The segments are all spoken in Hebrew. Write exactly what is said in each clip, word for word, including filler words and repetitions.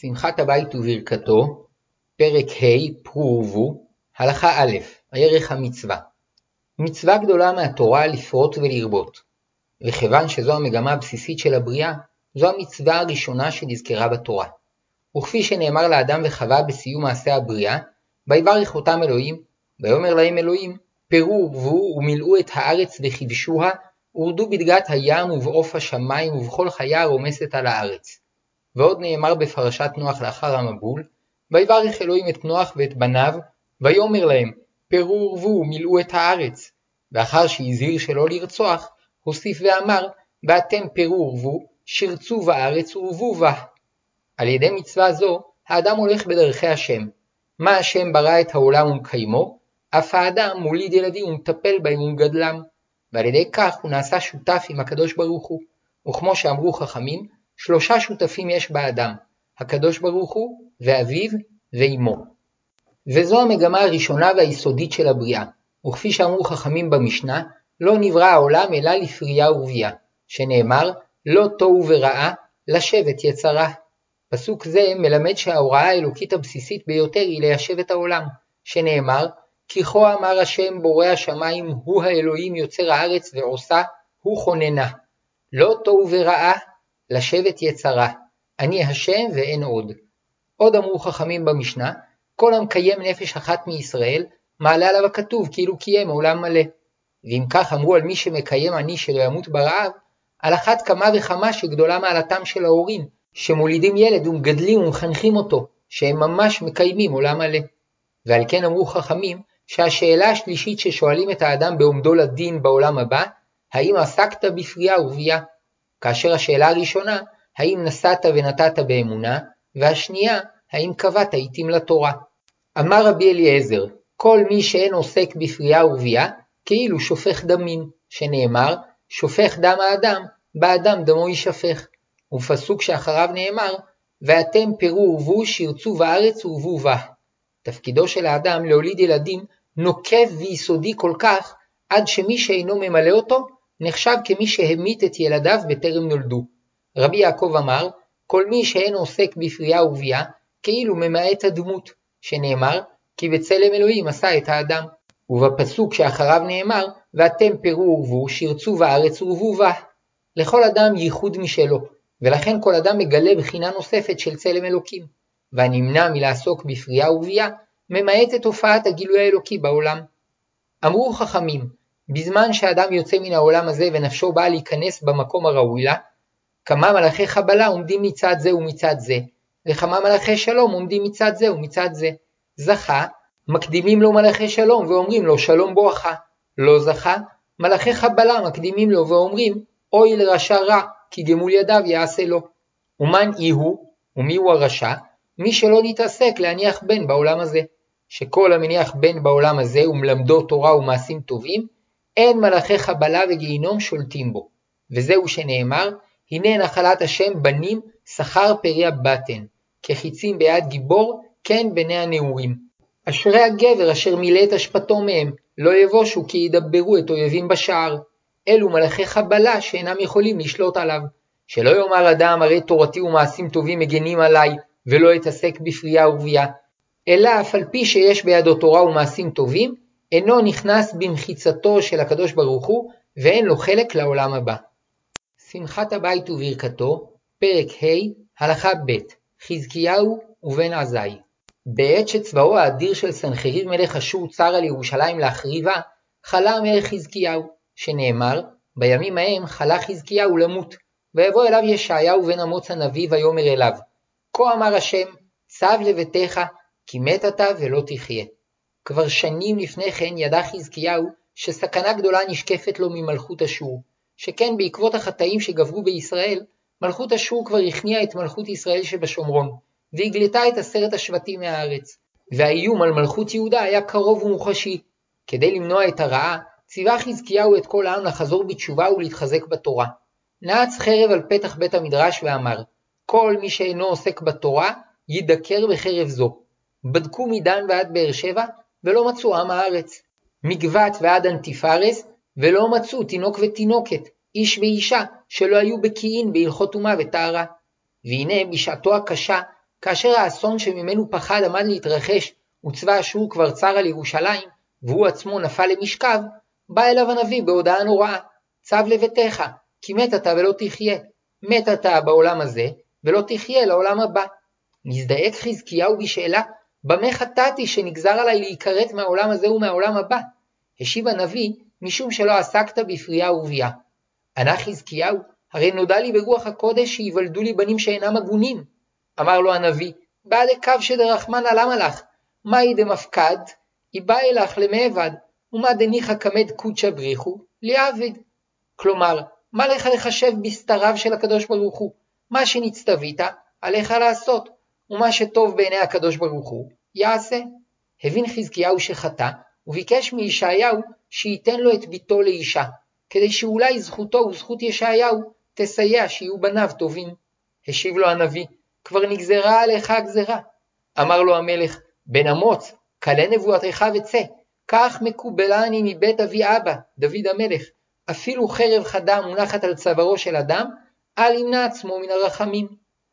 שמחת הבית וברכתו, פרק ה' פרו ורבו, הלכה א', ערך המצווה. מצווה גדולה מהתורה לפרוט ולרבות, וכיוון שזו המגמה הבסיסית של הבריאה, זו המצווה הראשונה שנזכרה בתורה. וכפי שנאמר לאדם וחווה בסיום מעשה הבריאה, ויברך אותם אלוהים, ויאמר להם אלוהים, פרו ורבו ומילאו את הארץ וכבשוה, ורדו בדגת הים ובעוף השמיים ובכל חיה הרומסת על הארץ. ועוד נאמר בפרשת נוח לאחר המבול, ויברך אלוהים את נוח ואת בניו, ויאמר להם, פרו ורבו ומילאו את הארץ. ואחר שהזהיר שלא לרצוח, הוסיף ואמר, ואתם פרו ורבו, שרצו בארץ ורבו בה. על ידי מצווה זו, האדם הולך בדרכי השם. מה השם ברא את העולם ומקיימו, אף האדם מוליד ילדים ומטפל בהם ומגדלם. ועל ידי כך הוא נעשה שותף עם הקדוש ברוך הוא. וכמו שאמרו חכמים, שלושה שותפים יש באדם, הקדוש ברוך הוא ואביו ואמו. וזו המגמה הראשונה והיסודית של הבריאה. וכפי שאמרו חכמים במשנה, לא נברא העולם אלא לפריה ורבייה, שנאמר, לא תוהו ורעה, לשבת יצרה. פסוק זה מלמד שההוראה האלוקית הבסיסית ביותר היא ליישב את העולם, שנאמר, כי כה אמר השם בורא השמיים, הוא האלוהים יוצר הארץ ועושה, הוא כוננה. לא תוהו ורעה, לשבת יצרה, אני השם ואין עוד. עוד אמרו חכמים במשנה, כל המקיים נפש אחת מישראל, מעלה עליו הכתוב כאילו קיים עולם מלא. ואם כך אמרו על מי שמקיים עני שלא ימות ברעב, על אחת כמה וכמה שגדולה מעלתם של ההורים, שמולידים ילד ומגדלים ומחנכים אותו, שהם ממש מקיימים עולם מלא. ועל כן אמרו חכמים, שהשאלה השלישית ששואלים את האדם בעומדו לדין בעולם הבא, האם עסקת בפריה ורבייה? כאשר השאלה הראשונה, האם נסעת ונתת באמונה, והשנייה, האם קבעת עיתים לתורה. אמר רבי אליעזר, כל מי שאין עוסק בפריה ורבייה, כאילו שופך דמים, שנאמר, שופך דם האדם, באדם דמו יישפך. ופסוק שאחריו נאמר, ואתם פרו ורבו שרצו בארץ ורבו בה. תפקידו של האדם להוליד ילדים נוקב ויסודי כל כך, עד שמי שאינו ממלא אותו, נחשב כמי שהמית את ילדיו בטרם נולדו. רבי יעקב אמר, כל מי שאין עוסק בפריה ורבייה, כאילו ממעט הדמות, שנאמר, כי בצלם אלוהים עשה את האדם. ובפסוק שאחריו נאמר, ואתם פרו ורבו, שרצו בארץ ורבו בה. לכל אדם ייחוד משלו, ולכן כל אדם מגלה בחינה נוספת של צלם אלוקים, והנמנע מלעסוק בפריה ורבייה, ממעט את תופעת הגילוי האלוקי בעולם. אמרו חכמים, בזמן שאדם יוצא מן העולם הזה ונפשו באה להיכנס במקום הראוי לה, כמה מלאכי חבלה עומדים מצד זה ומצד זה, וכמה מלאכי שלום עומדים מצד זה ומצד זה. זכה, מקדימים לו מלאכי שלום ואומרים לו שלום בואכה. לא זכה, מלאכי חבלה מקדימים לו ואומרים אוי לרשע רע, כי גמול ידיו יעשה לו. ומן אי הוא, ומי הוא הרשע? מי שלא נתעסק להניח בן בעולם הזה. שכל המניח בן בעולם הזה ומלמדו תורה ומעשים טובים, אין מלאכי חבלה וגיהינום שולטים בו. וזהו שנאמר, הנה נחלת השם בנים שכר פריה בטן, כחיצים ביד גיבור, כן בני הנעורים. אשרי הגבר אשר מילא את אשפתו מהם, לא יבושו כי ידברו את אויבים בשער. אלו מלאכי חבלה שאינם יכולים לשלוט עליו. שלא יאמר אדם הרי תורתי ומעשים טובים מגנים עליי, ולא יתעסק בפריה ורבייה. אלא אף על פי שיש בידו תורה ומעשים טובים, אינו נכנס במחיצתו של הקדוש ברוך הוא, ואין לו חלק לעולם הבא. שמחת הבית וברכתו, פרק ה' הלכה ב' חזקיהו ובן עזאי. בעת שצבאו האדיר של סנחריב מלך אשור צר על ירושלים להחריבה, חלה המלך חזקיהו, שנאמר, בימים ההם חלה חזקיהו למות, ויבוא אליו ישעיהו בן אמוץ הנביא ויאמר אליו, כה אמר השם, צב לביתך, כי מת אתה ולא תחיה. כבר שנים לפני כן ידע חזקיהו שסכנה גדולה נשקפת לו ממלכות אשור, שכן בעקבות החטאים שגברו בישראל, מלכות אשור כבר הכניעה את מלכות ישראל שבשומרון, והגלתה את עשרת השבטים מהארץ, והאיום על מלכות יהודה היה קרוב ומוחשי. כדי למנוע את הרעה, ציווה חזקיהו את כל העם לחזור בתשובה ולהתחזק בתורה. נעץ חרב על פתח בית המדרש ואמר, כל מי שאינו עוסק בתורה, ידקר בחרב זו. בדקו מדן ועד באר שבע, ולא מצאו עם הארץ. מגבת ועד אנטיפרס, ולא מצאו תינוק ותינוקת, איש ואישה, שלא היו בקיאים בהלכות טומאה וטהרה. והנה בשעתו הקשה, כאשר האסון שממנו פחד עמד להתרחש, וצבא אשור כבר צר על ירושלים, והוא עצמו נפל למשכב, בא אליו הנביא בהודעה נוראה, צו לביתך, כי מת אתה ולא תחיה, מת אתה בעולם הזה, ולא תחיה לעולם הבא. נזדעק חזקיהו בשאלה, במה חטאתי שנגזר עליי להיקראת מהעולם הזה ומהעולם הבא? השיב הנביא, משום שלא עסקת בפריה ורבייה. ענה חזקיהו, הרי נודע לי ברוח הקודש שיוולדו לי בנים שאינם הגונים. אמר לו הנביא, בעד הקו שדרחמנא למה לך? מאי דמפקד, איבא אלך למעבד, ומה דניחא כמד קודשא בריחו, לעבד. כלומר, מה לך לחשב בסתריו של הקדוש ברוך הוא? מה שנצטווית, עליך לעשות, ומה שטוב בעיני הקדוש ברוך הוא, יעשה. הבין חזקיהו שחטא, וביקש מישעיהו שייתן לו את ביתו לאישה, כדי שאולי זכותו וזכות ישעיהו תסייע שיהיו בניו טובים. השיב לו הנביא, כבר נגזרה עליך הגזרה. אמר לו המלך, בן אמוץ, קלה נבואתך וצא, כך מקובלה אני מבית אבי אבא, דוד המלך, אפילו חרב חדה מונחת על צווארו של אדם, אל ימנע עצמו מן הרחמים.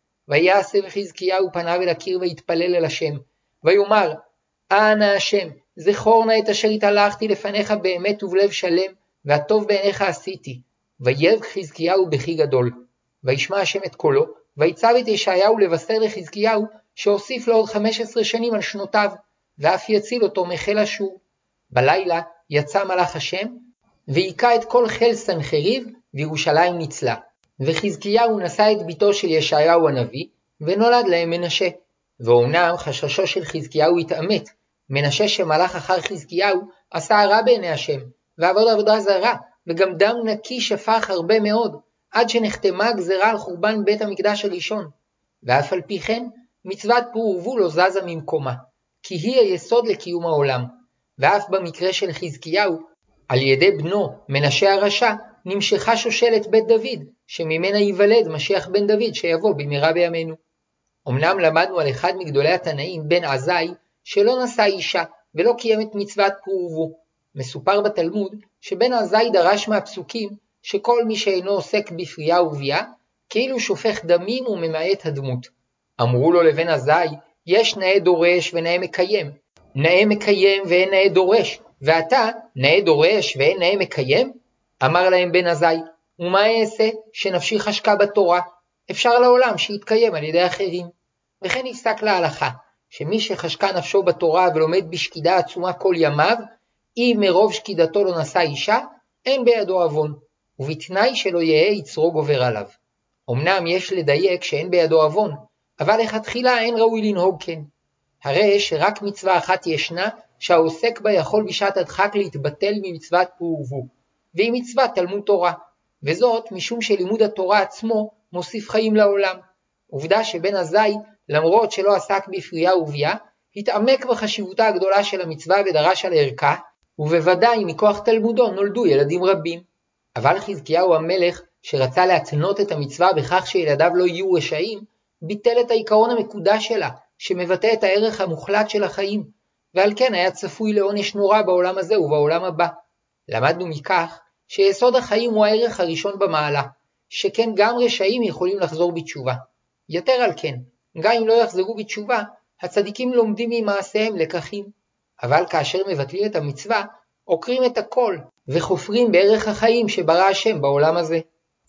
ויעשה חזקיהו פניו אל הקיר ויתפלל אל השם, ויאמר, אנא השם, זכור נא את אשר התהלכתי לפניך באמת ובלב שלם, והטוב בעיניך עשיתי. ויבך חזקיהו בכי גדול. וישמע השם את קולו, ויצב את ישעיהו לבשר לחזקיהו, שהוסיף לו עוד חמש עשרה שנים על שנותיו, ואף יציל אותו מחיל אשור. בלילה יצא מלאך השם, והיכה את כל חיל סנחריב, וירושלים ניצלה. וחזקיהו נשא את ביתו של ישעיהו הנביא, ונולד להם מנשה. ואומנם חששו של חזקיהו התאמת, מנשה שמלך אחר חזקיהו עשה הרע בעיני השם, ועבוד עבודה זרה, וגם דם נקי שפך הרבה מאוד, עד שנחתמה הגזרה על חורבן בית המקדש הראשון. ואף על פי כן, מצוות פרו ורבו לא זזה ממקומה, כי היא היסוד לקיום העולם. ואף במקרה של חזקיהו, על ידי בנו מנשה הרשע, נמשכה שושלת בית דוד, שממנה ייוולד משיח בן דוד שיבוא במהרה בימינו. אמנם למדנו על אחד מגדולי התנאים, בן עזאי, שלא נשא אישה ולא קיים את מצוות פרו ורבו. מסופר בתלמוד שבן עזאי דרש מהפסוקים שכל מי שאינו עוסק בפריה ורבייה, כאילו שופך דמים וממעט הדמות. אמרו לו לבן עזאי, יש נאה דורש ונאה מקיים, נאה מקיים ואין נאה דורש, ואתה נאה דורש ואין נאה מקיים? אמר להם בן עזאי, ומה אעשה שנפשי חשקה בתורה? אפשר לעולם שיתקיים על ידי אחרים. וכן נפסק להלכה, שמי שחשקה נפשו בתורה ולומד בשקידה עצומה כל ימיו, אם מרוב שקידתו לא נשא אישה, אין בידו עוון, ובתנאי שלא יהיה יצרו גובר עליו. אמנם יש לדייק שאין בידו עוון, אבל לכתחילה אין ראוי לנהוג כן. הרי שרק מצווה אחת ישנה, שהעוסק בה יכול בשעת הדחק להתבטל ממצוות פרו ורבו, והיא מצוות תלמוד תורה, וזאת משום שלימוד התורה עצמו מוסיף חיים לעולם. עובדה שבן עזאי, למרות שלא עסק בפריה ורבייה, התעמק בחשיבותה הגדולה של המצווה ודרש על ערכה, ובוודאי מכוח תלמודו נולדו ילדים רבים. אבל חזקיהו המלך, שרצה להתנות את המצווה בכך שילדיו לא יהיו רשעים, ביטל את העיקרון המקודש שלה, שמבטא את הערך המוחלט של החיים, ועל כן היה צפוי לעונש נורא בעולם הזה ובעולם הבא. למדנו מכך שיסוד החיים הוא הערך הראשון במעלה, שכן גם רשעים יכולים לחזור בתשובה. יותר על כן, גם אם לא יחזרו בתשובה, הצדיקים לומדים ממעשיהם לקחים. אבל כאשר מבטלים את המצווה, עוקרים את הכל, וחופרים בערך החיים שברא השם בעולם הזה.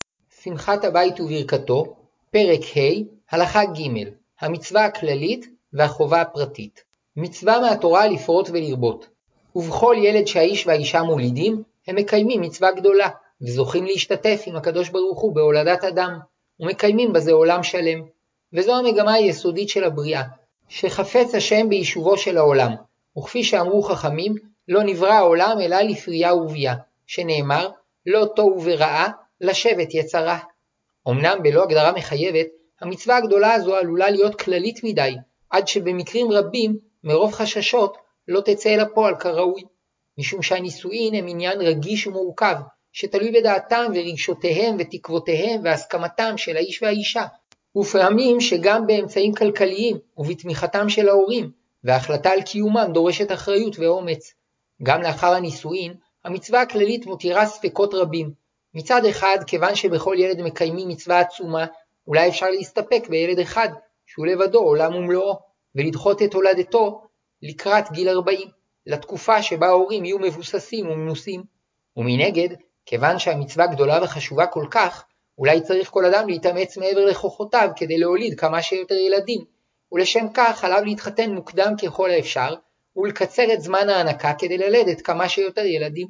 שמחת הבית וברכתו, פרק ה', הלכה ג', המצווה הכללית והחובה הפרטית. מצווה מהתורה לפרוט ולרבות. ובכל ילד שהאיש והאישה מולידים, הם מקיימים מצווה גדולה, וזוכים להשתתף עם הקדוש ברוך הוא בהולדת אדם, ומקיימים בזה עולם שלם. וזו המגמה היסודית של הבריאה, שחפץ השם ביישובו של העולם, וכפי שאמרו חכמים, לא נברא העולם אלא לפריה ורבייה, שנאמר, לא תוהו ורעה, לשבת יצרה. אמנם בלא הגדרה מחייבת, המצווה הגדולה הזו עלולה להיות כללית מדי, עד שבמקרים רבים, מרוב חששות, לא תצא אל הפועל כראוי. משום שהנישואין הם עניין רגיש ומורכב, שתלוי בדעתם ורגשותיהם ותקוותיהם והסכמתם של האיש והאישה, ופעמים שגם באמצעים כלכליים ובתמיכתם של ההורים, וההחלטה על קיומם דורשת אחריות ואומץ. גם לאחר הנישואין, המצווה הכללית מותירה ספקות רבים. מצד אחד, כיוון שבכל ילד מקיימים מצווה עצומה, אולי אפשר להסתפק בילד אחד, שהוא לבדו עולם ומלואו, ולדחות את הולדתו לקראת גיל ארבעים, לתקופה שבה ההורים יהיו מבוססים ומנוסים. ומנגד, כיוון שהמצווה גדולה וחשובה כל כך, אולי צריך כל אדם להתאמץ מעבר לכוחותיו כדי להוליד כמה שיותר ילדים, ולשם כך עליו להתחתן מוקדם ככל האפשר, ולקצר את זמן ההנקה כדי ללדת כמה שיותר ילדים.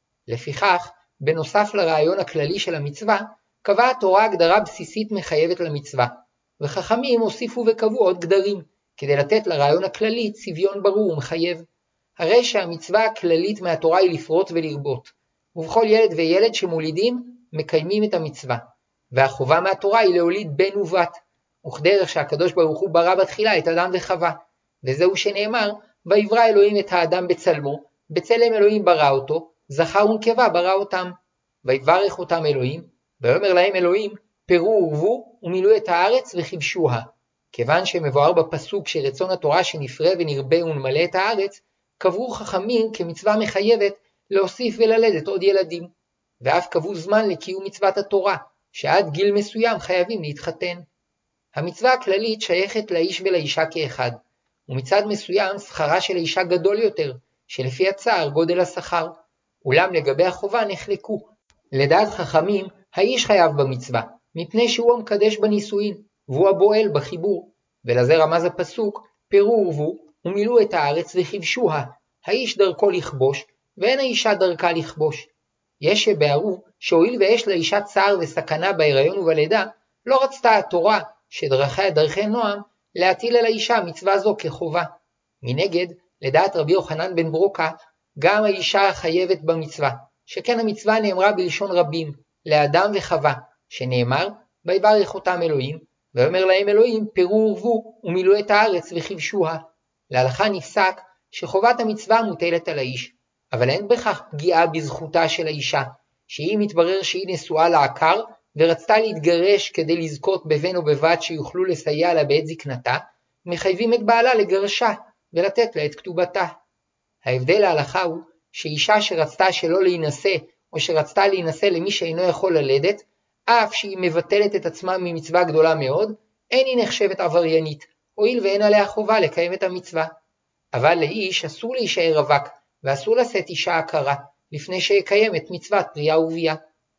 לפיכך, בנוסף לרעיון הכללי של המצווה, קבעה התורה הגדרה בסיסית מחייבת למצווה, וחכמים הוסיפו וקבעו עוד גדרים, כדי לתת לרעיון הכללי צביון ברור ומחייב. הרי שהמצווה הכללית מהתורה היא לפרוט ולרבות, ובכל ילד וילד שמולידים מקיימים את המצווה, והחובה מהתורה היא להוליד בן ובת, וכדרך שהקדוש ברוך הוא ברא בתחילה את אדם וחווה, וזהו שנאמר, ויברא אלוהים את האדם בצלמו, בצלם אלוהים ברא אותו, זכר ונקבה ברא אותם. ויברך אותם אלוהים, ויאמר להם אלוהים, פרו ורבו ומילאו את הארץ וכבשוה. כיוון שמבואר בפסוק שרצון התורה שנפרה ונרבה ונמלא את הארץ, קבעו חכמים כמצווה מחייבת להוסיף וללדת עוד ילדים, ואף קבעו זמן לקיום מצוות התורה, שעד גיל מסוים חייבים להתחתן. המצווה הכללית שייכת לאיש ולאישה כאחד, ומצד מסוים שכרה של האישה גדול יותר, שלפי הצער גודל השכר. אולם לגבי החובה נחלקו. לדעת חכמים, האיש חייב במצווה, מפני שהוא המקדש בנישואין, והוא הבועל בחיבור. ולזה רמז הפסוק, פרו ורבו ומילאו את הארץ וכבשוה. האיש דרכו לכבוש, ואין האישה דרכה לכבוש. יש שבארו שהואיל ויש לאישה צער וסכנה בהיריון ובלידה, לא רצתה התורה, שדרכיה דרכי נועם, להטיל על האישה מצווה זו כחובה. מנגד, לדעת רבי יוחנן בן ברוקה, גם האישה חייבת במצווה, שכן המצווה נאמרה בלשון רבים, לאדם וחווה, שנאמר, ויברך אותם אלוהים, ואומר להם אלוהים, פרו ורבו ומילאו את הארץ וכבשוה. להלכה נפסק שחובת המצווה מוטלת על האיש, אבל אין בכך פגיעה בזכותה של האישה, שהיא מתברר שהיא נשואה לעקר, ורצתה להתגרש כדי לזכות בבן או בבת שיוכלו לסייע לה בעת זקנתה, מחייבים את בעלה לגרשה ולתת לה את כתובתה. ההבדל להלכה הוא שאישה שרצתה שלא להינשא או שרצתה להינשא למי שאינו יכול ללדת, אף שהיא מבטלת את עצמה ממצווה גדולה מאוד, אין היא נחשבת עבריינית, הואיל ואין עליה חובה לקיים את המצווה. אבל לאיש אסור להישאר רווק, ואסור לשאת אישה עקרה, לפני שיקיים את מצוות פרייה ובייה.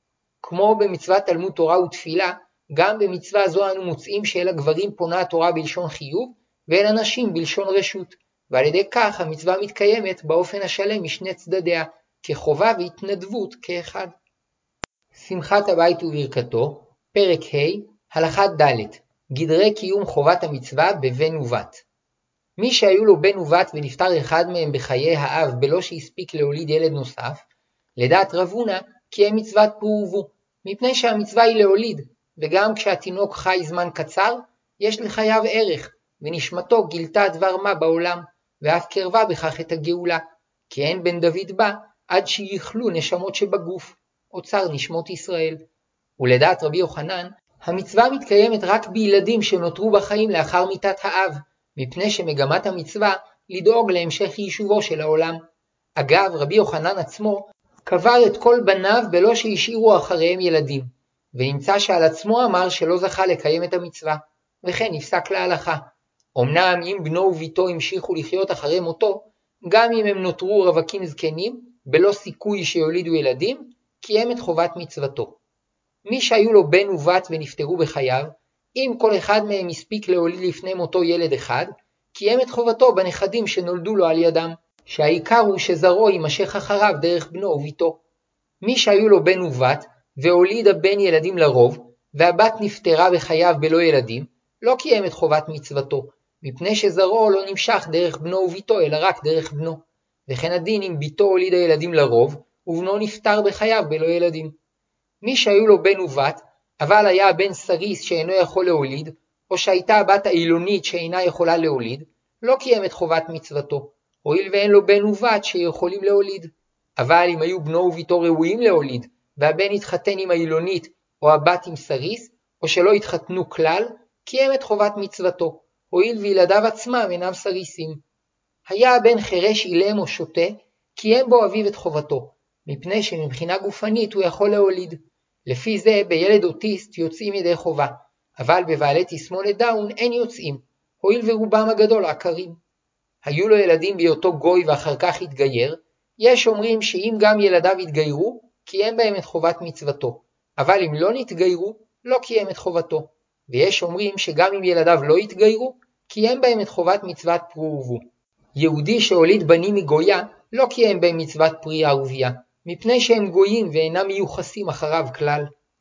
כמו במצוות תלמוד תורה ותפילה, גם במצווה זו אנו מוצאים שאל הגברים פונה התורה בלשון חיוב, ואל הנשים בלשון רשות, ועל ידי כך המצווה מתקיימת באופן השלם משני צדדיה, כחובה והתנדבות כאחד. שמחת הבית וברכתו, פרק ה', הלכה ד', גדרי קיום חובת המצווה בבן ובת. מי שהיו לו בן ובת ונפטר אחד מהם בחיי האב בלא שהספיק להוליד ילד נוסף, לדעת רב הונא קיים מצוות פרו ורבו, מפני שהמצווה היא להוליד, וגם כשהתינוק חי זמן קצר, יש לחייו ערך, ונשמתו גילתה דבר מה בעולם, ואף קרבה בכך את הגאולה, כי אין בן דוד בא עד שיכלו נשמות שבגוף, אוצר נשמות ישראל. ולדעת רבי יוחנן, המצווה מתקיימת רק בילדים שנותרו בחיים לאחר מיתת האב, מפני שמגמת המצווה לדאוג להמשך יישובו של העולם. אגב, רבי יוחנן עצמו קבר את כל בניו בלא שהשאירו אחריהם ילדים, ונמצא שעל עצמו אמר שלא זכה לקיים את המצווה, וכן נפסק להלכה. אמנם אם בנו וביתו המשיכו לחיות אחרי מותו, גם אם הם נותרו רווקים זקנים, בלא סיכוי שיולידו ילדים, קיים את חובת מצוותו. מי שהיו לו בן ובת ונפטרו בחייו, אם כל אחד מהם הספיק להוליד לפני מותו ילד אחד, קיים את חובתו בנכדים שנולדו לו על ידם, שהעיקר הוא שזרעו יימשך אחריו דרך בנו וביתו. מי שהיו לו בן ובת, והוליד הבן ילדים לרוב, והבת נפטרה בחייו בלא ילדים, לא קיים את חובת מצוותו, מפני שזרעו לא נמשך דרך בנו וביתו, אלא רק דרך בנו. וכן הדין אם ביתו הולידה ילדים לרוב, ובנו נפטר בחייו בלא ילדים. מי שהיו לו בן ובת, אבל היה הבן סריס שאינו יכול להוליד, או שהייתה הבת האילונית שאינה יכולה להוליד, לא קיים את חובת מצוותו, הואיל ואין לו בן ובת שיכולים להוליד. אבל אם היו בנו וביתו ראויים להוליד, והבן התחתן עם האילונית או הבת עם סריס, או שלא התחתנו כלל, קיים את חובת מצוותו, הואיל וילדיו עצמם אינם סריסים. היה הבן חירש אילם או שוטה, קיים בו אביו את חובתו, מפני שמבחינה גופנית הוא יכול להוליד. לפי זה בילד אוטיסט יוצאים ידי חובה, אבל בבעלי תסמונת דאון אין יוצאים, הואיל ורובם הגדול עקרים. היו לו ילדים בהיותו גוי ואחר כך התגייר, יש אומרים שאם גם ילדיו התגיירו, קיים בהם את חובת מצוותו, אבל אם לא נתגיירו, לא קיים את חובתו. ויש אומרים שגם אם ילדיו לא התגיירו, קיים בהם את חובת מצוות פרו ורבו. יהודי שהוליד בנים מגויה, לא קיים בהם מצוות פרי ערביה, מפני שהם גויים ואינם מיוחסים אחריו כלל.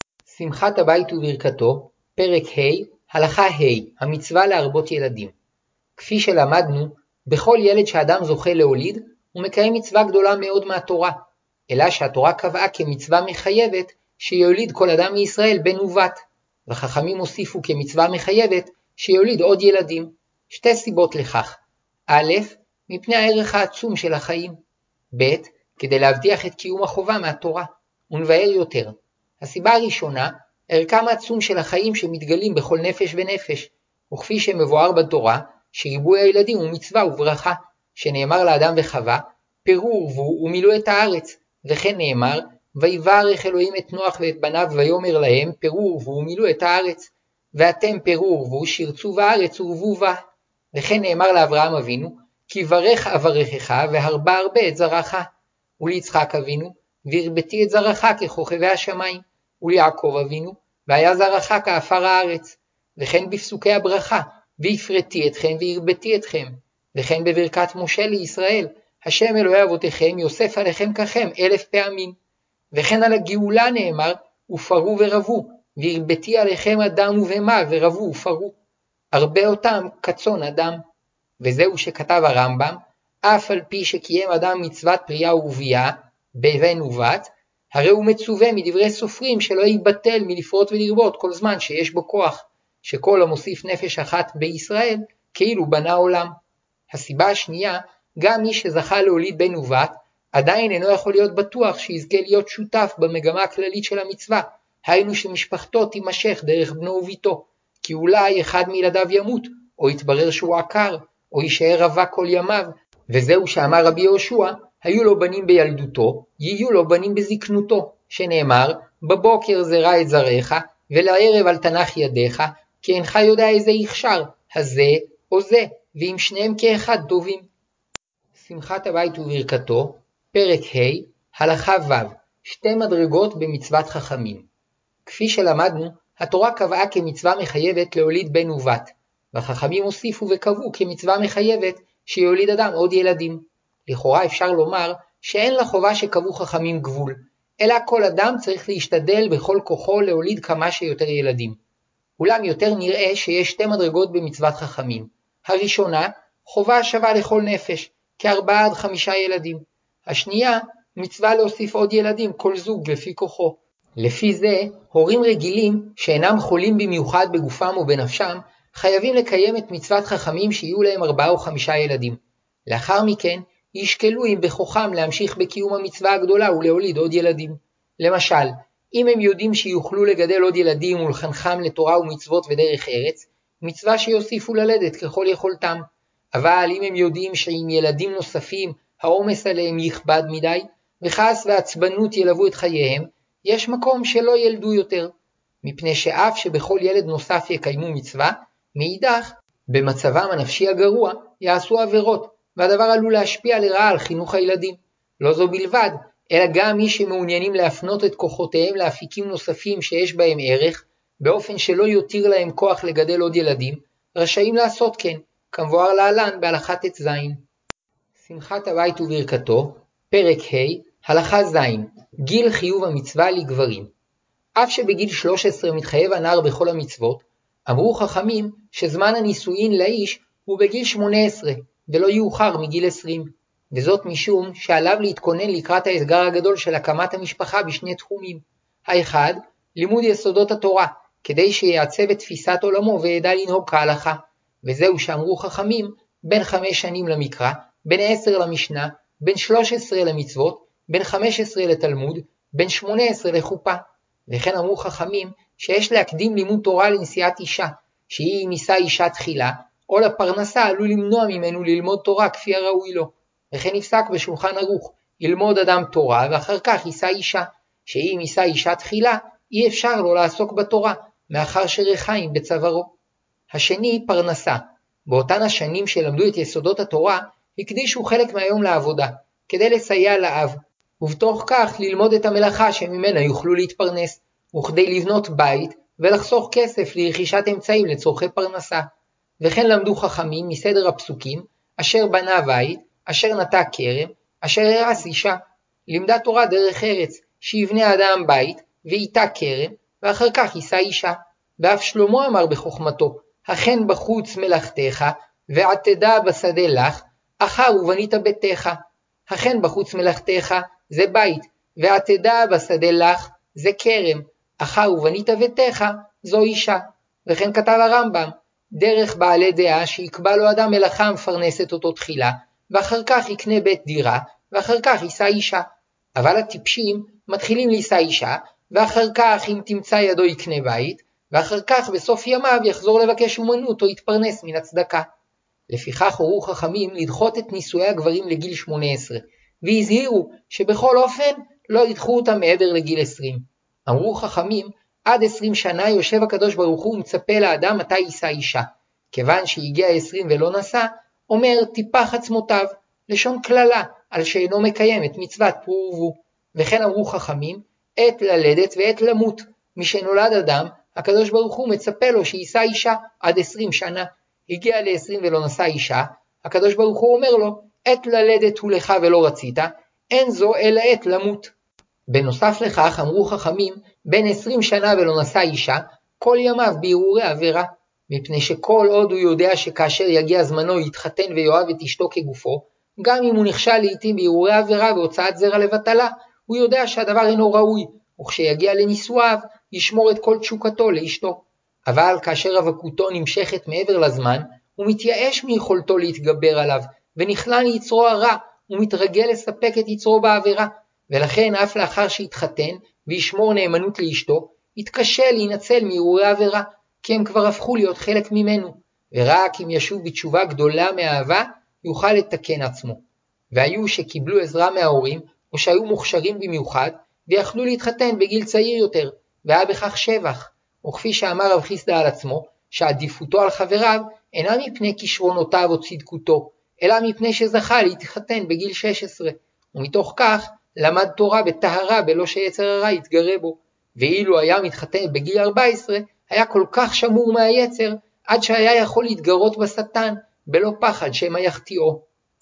שמחת הבית וברכתו, פרק ה', הלכה ה', המצווה להרבות ילדים. כפי שלמדנו, בכל ילד שאדם זוכה להוליד, הוא מקיים מצווה גדולה מאוד מהתורה, אלא שהתורה קבעה כמצווה מחייבת שיוליד כל אדם מישראל בן ובת, וחכמים הוסיפו כמצווה מחייבת שיוליד עוד ילדים. שתי סיבות לכך: א', מפני הערך העצום של החיים, ב', כדי להבטיח את קיום החובה מהתורה, ונבהר יותר. הסיבה הראשונה, ערכם העצום של החיים שמתגלים בכל נפש ונפש, וכפי שמבואר בתורה, שריבוי הילדים הוא מצווה וברכה, שנאמר לאדם וחווה, פרו ורבו ומילאו את הארץ, וכן נאמר, ויברך אלוהים את נוח ואת בניו ויאמר להם, פרו ורבו ומילאו את הארץ, ואתם פרו ורבו שרצו בארץ ורבו בה. וכן נאמר לאברהם אבינו, כי ברך אברכך והרבה הרבה את זרעך, וליצחק אבינו, והרבתי את זרעך ככוכבי השמיים, וליעקב אבינו, והיה זרעך כעפר הארץ. וכן בפסוקי הברכה, והפרתי אתכם והרבתי אתכם. וכן בברכת משה לישראל, השם אלוהי אבותיכם יוסף עליכם ככם אלף פעמים. וכן על הגאולה נאמר, ופרו ורבו, והרבתי עליכם אדם ובהמה ורבו ופרו. הרבה אותם כצאן אדם. וזהו שכתב הרמב"ם, אף על פי שקיים אדם מצוות פריה ורבייה, בבן ובת, הרי הוא מצווה מדברי סופרים שלא ייבטל מלפרות ולרבות כל זמן שיש בו כוח, שכל המוסיף נפש אחת בישראל, כאילו בנה עולם. הסיבה השנייה, גם מי שזכה להוליד בן ובת, עדיין אינו יכול להיות בטוח שיזכה להיות שותף במגמה הכללית של המצווה, היינו שמשפחתו תימשך דרך בנו וביתו, כי אולי אחד מילדיו ימות, או יתברר שהוא עקר, או יישאר רווק כל ימיו, וזהו שאמר רבי יהושע, היו לו בנים בילדותו, יהיו לו בנים בזקנותו, שנאמר, בבוקר זרע את זרעך, ולערב על תנח ידיך, כי אינך יודע איזה יכשר, הזה או זה, ואם שניהם כאחד טובים. שמחת הבית וברכתו, פרק ה', הלכה ו', שתי מדרגות במצוות חכמים. כפי שלמדנו, התורה קבעה כמצווה מחייבת להוליד בן ובת, והחכמים הוסיפו וקבעו כמצווה מחייבת שיוליד אדם עוד ילדים. לכאורה אפשר לומר שאין לחובה שקבעו חכמים גבול, אלא כל אדם צריך להשתדל בכל כוחו להוליד כמה שיותר ילדים. אולם יותר נראה שיש שתי מדרגות במצוות חכמים. הראשונה, חובה שווה לכל נפש, כארבעה עד חמישה ילדים. השנייה, מצווה להוסיף עוד ילדים כל זוג לפי כוחו. לפי זה, הורים רגילים שאינם חולים במיוחד בגופם או בנפשם, חייבים לקיים את מצוות חכמים שיהיו להם ארבעה או חמישה ילדים. לאחר מכן, ישקלו אם בכוחם להמשיך בקיום המצווה הגדולה ולהוליד עוד ילדים. למשל, אם הם יודעים שיוכלו לגדל עוד ילדים ולחנכם לתורה ומצוות ודרך ארץ, מצווה שיוסיפו ללדת ככל יכולתם. אבל אם הם יודעים שעם ילדים נוספים העומס עליהם יכבד מדי, וכעס ועצבנות ילוו את חייהם, יש מקום שלא ילדו יותר. מפני שאף שבכל ילד נוסף יקיימו מצווה, מאידך, במצבם הנפשי הגרוע יעשו עבירות, והדבר עלול להשפיע לרעה על חינוך הילדים. לא זו בלבד, אלא גם מי שמעוניינים להפנות את כוחותיהם לאפיקים נוספים שיש בהם ערך, באופן שלא יותיר להם כוח לגדל עוד ילדים, רשאים לעשות כן, כמבואר להלן בהלכה ט"ז. שמחת הבית וברכתו, פרק ה', הלכה ז', גיל חיוב המצווה לגברים. אף שבגיל שלוש עשרה מתחייב הנער בכל המצוות, אמרו חכמים שזמן הנישואין לאיש הוא בגיל שמונה עשרה, ולא יאוחר מגיל עשרים, וזאת משום שעליו להתכונן לקראת האתגר הגדול של הקמת המשפחה בשני תחומים. האחד, לימוד יסודות התורה, כדי שיעצב את תפיסת עולמו וידע לנהוג כהלכה, וזהו שאמרו חכמים, בין חמש שנים למקרא, בין עשר למשנה, בין שלוש עשרה למצוות, בין חמש עשרה לתלמוד, בין שמונה עשרה לחופה. וכן אמרו חכמים שיש להקדים לימוד תורה לנשיאת אישה, שהיא אם נישא אישה תחילה, או לפרנסה עלול למנוע ממנו ללמוד תורה כפי הראוי לו. וכן נפסק בשולחן ערוך, ילמוד אדם תורה ואחר כך יישא אישה, שהיא אם יישא אישה תחילה, אי אפשר לו לעסוק בתורה, מאחר שרחיים בצווארו. השני פרנסה. באותן השנים שלמדו את יסודות התורה, הקדישו חלק מהיום לעבודה, כדי לסייע לאב, ובתוך כך ללמוד את המלאכה שממנה יוכלו להתפרנס, וכדי לבנות בית ולחסוך כסף לרכישת אמצעים לצורכי פרנסה. וכן למדו חכמים מסדר הפסוקים, אשר בנה בית, אשר נטע כרם, אשר הרס אישה. לימדה תורה דרך ארץ, שיבנה אדם בית, ואיתה כרם, ואחר כך יישא אישה. ואף שלמה אמר בחוכמתו, הכן בחוץ מלאכתך, ועתדה בשדה לך, אחר ובנית ביתך. הכן בחוץ מלאכתך, זה בית, ועתדה בשדה לך, זה כרם, אחר ובנית ביתך, זו אישה. וכן כתב הרמב"ם, דרך בעלי דעה שיקבע לו אדם מלאכה מפרנסת אותו תחילה, ואחר כך יקנה בית דירה, ואחר כך יישא אישה. אבל הטיפשים מתחילים לישא אישה, ואחר כך אם תמצא ידו יקנה בית, ואחר כך בסוף ימיו יחזור לבקש אומנות או יתפרנס מן הצדקה. לפיכך הורו חכמים לדחות את נישואי הגברים לגיל שמונה עשרה, והזהירו שבכל אופן לא ידחו אותם מעבר לגיל עשרים. אמרו חכמים, עד עשרים שנה יושב הקדוש ברוך הוא ומצפה לאדם מתי יישא אישה. כיוון שהגיע עשרים ולא נשא, אומר טיפח עצמותיו, לשון כללה על שאינו מקיים את מצוות פרו ורבו. וכן אמרו חכמים, עת ללדת ועת למות. משנולד אדם, הקדוש ברוך הוא מצפה לו שיישא אישה עד עשרים שנה. הגיע ל-עשרים ולא נשא אישה, הקדוש ברוך הוא אומר לו, עת ללדת הוא לך ולא רצית, אין זו אלא עת למות. בנוסף לכך אמרו חכמים, בין עשרים שנה ולא נשא אישה, כל ימיו בהרהורי עבירה, מפני שכל עוד הוא יודע שכאשר יגיע זמנו יתחתן ויואב את אשתו כגופו, גם אם הוא נכשל לעתים בהרהורי עבירה והוצאת זרע לבטלה, הוא יודע שהדבר אינו ראוי, וכשיגיע לנישואיו ישמור את כל תשוקתו לאשתו. אבל כאשר רווקותו נמשכת מעבר לזמן, הוא מתייאש מיכולתו להתגבר עליו, ונכנע ליצרו הרע, ומתרגל לספק את יצרו בעבירה, ולכן אף לאחר שיתחתן וישמור נאמנות לאשתו, יתקשה להינצל מהרהורי עבירה, כי הם כבר הפכו להיות חלק ממנו, ורק אם ישוב בתשובה גדולה מאהבה, יוכל לתקן עצמו. והיו שקיבלו עזרה מההורים, או שהיו מוכשרים במיוחד, ויכלו להתחתן בגיל צעיר יותר, והיה בכך שבח. וכפי שאמר רב חיסדא על עצמו, שעדיפותו על חבריו אינה מפני כישרונותיו או צדקותו, אלא מפני שזכה להתחתן בגיל שש עשרה, ומתוך כך למד תורה בטהרה בלא שיצר הרע יתגרה בו, ואילו היה מתחתן בגיל ארבע עשרה, היה כל כך שמור מהיצר, עד שהיה יכול להתגרות בשטן, בלא פחד שמא יחטיאו.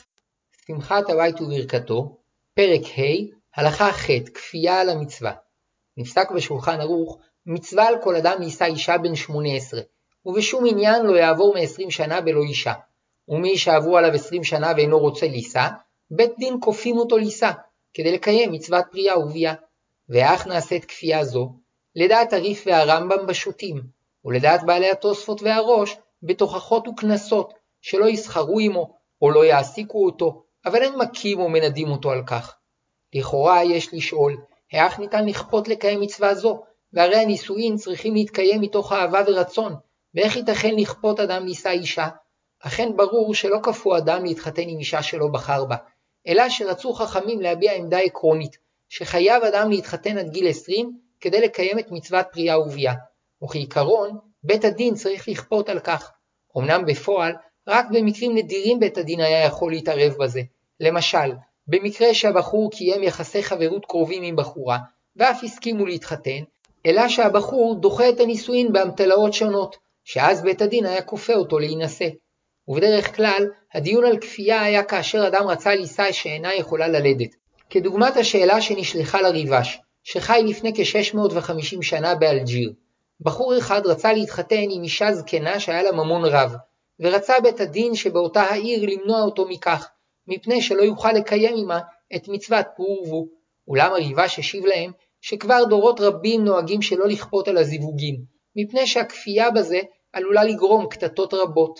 שמחת הבית וברכתו, פרק ה', הלכה ח', כפייה על המצווה. נפסק בשולחן ערוך, מצווה על כל אדם לישא אישה בן שמונה עשרה, ובשום עניין לא יעבור מ-עשרים שנה בלא אישה. ומי שעברו עליו עשרים שנה ואינו רוצה לישא, בית דין כופים אותו לישא, כדי לקיים מצוות פרייה וביאה. ואך נעשית כפייה זו, לדעת הריף והרמב"ם בשו"תים, ולדעת בעלי התוספות והראש, בתוכחות וכנסות, שלא יסחרו עמו, או לא יעסיקו אותו, אבל אין מכים או מנדים אותו על כך. לכאורה יש לשאול, איך ניתן לכפות לקיים מצווה זו, והרי הנישואין צריכים להתקיים מתוך אהבה ורצון, ואיך ייתכן לכפות אדם לישא אישה? אכן ברור שלא כפו אדם להתחתן עם אישה שלא בחר בה, אלא שרצו חכמים להביע עמדה עקרונית, שחייב אדם להתחתן עד גיל עשרים כדי לקיים את מצוות פרייה וביאה, וכעיקרון בית הדין צריך לכפות על כך. אמנם בפועל רק במקרים נדירים בית הדין היה יכול להתערב בזה, למשל במקרה שהבחור קיים יחסי חברות קרובים עם בחורה, ואף הסכימו להתחתן, אלא שהבחור דוחה את הנישואין באמתלאות שונות, שאז בית הדין היה כופה אותו להינשא. ובדרך כלל, הדיון על כפייה היה כאשר אדם רצה לישא שאינה יכולה ללדת. כדוגמת השאלה שנשלחה לריבש, שחי לפני כ-שש מאות וחמישים שנה באלג'יר. בחור אחד רצה להתחתן עם אישה זקנה שהיה לה ממון רב, ורצה בית הדין שבאותה העיר למנוע אותו מכך, מפני שלא יוכל לקיים עמה את מצוות פרו ורבו. אולם הריבש השיב להם שכבר דורות רבים נוהגים שלא לכפות על הזיווגים, מפני שהכפייה בזה עלולה לגרום קטטות רבות.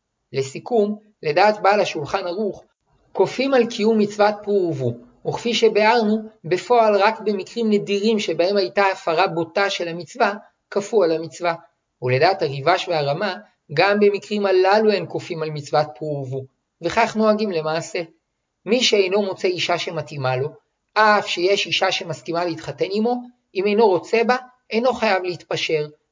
לסיכום, לדעת בעל השולחן ערוך, כופים על קיום מצוות פרו ורבו, וכפי שבארנו, בפועל רק במקרים נדירים שבהם הייתה הפרה בוטה של המצווה, כפו על המצווה. ולדעת הריבש והרמה, גם במקרים הללו הם כופים על מצוות פרו ורבו, וכך נוהגים למעשה. מי שאינו מוצא אישה שמתאימה לו, אף שיש אישה שמסכימה להתחתן עמו, אם אינו רוצה בה, אינו חייב להתפשר,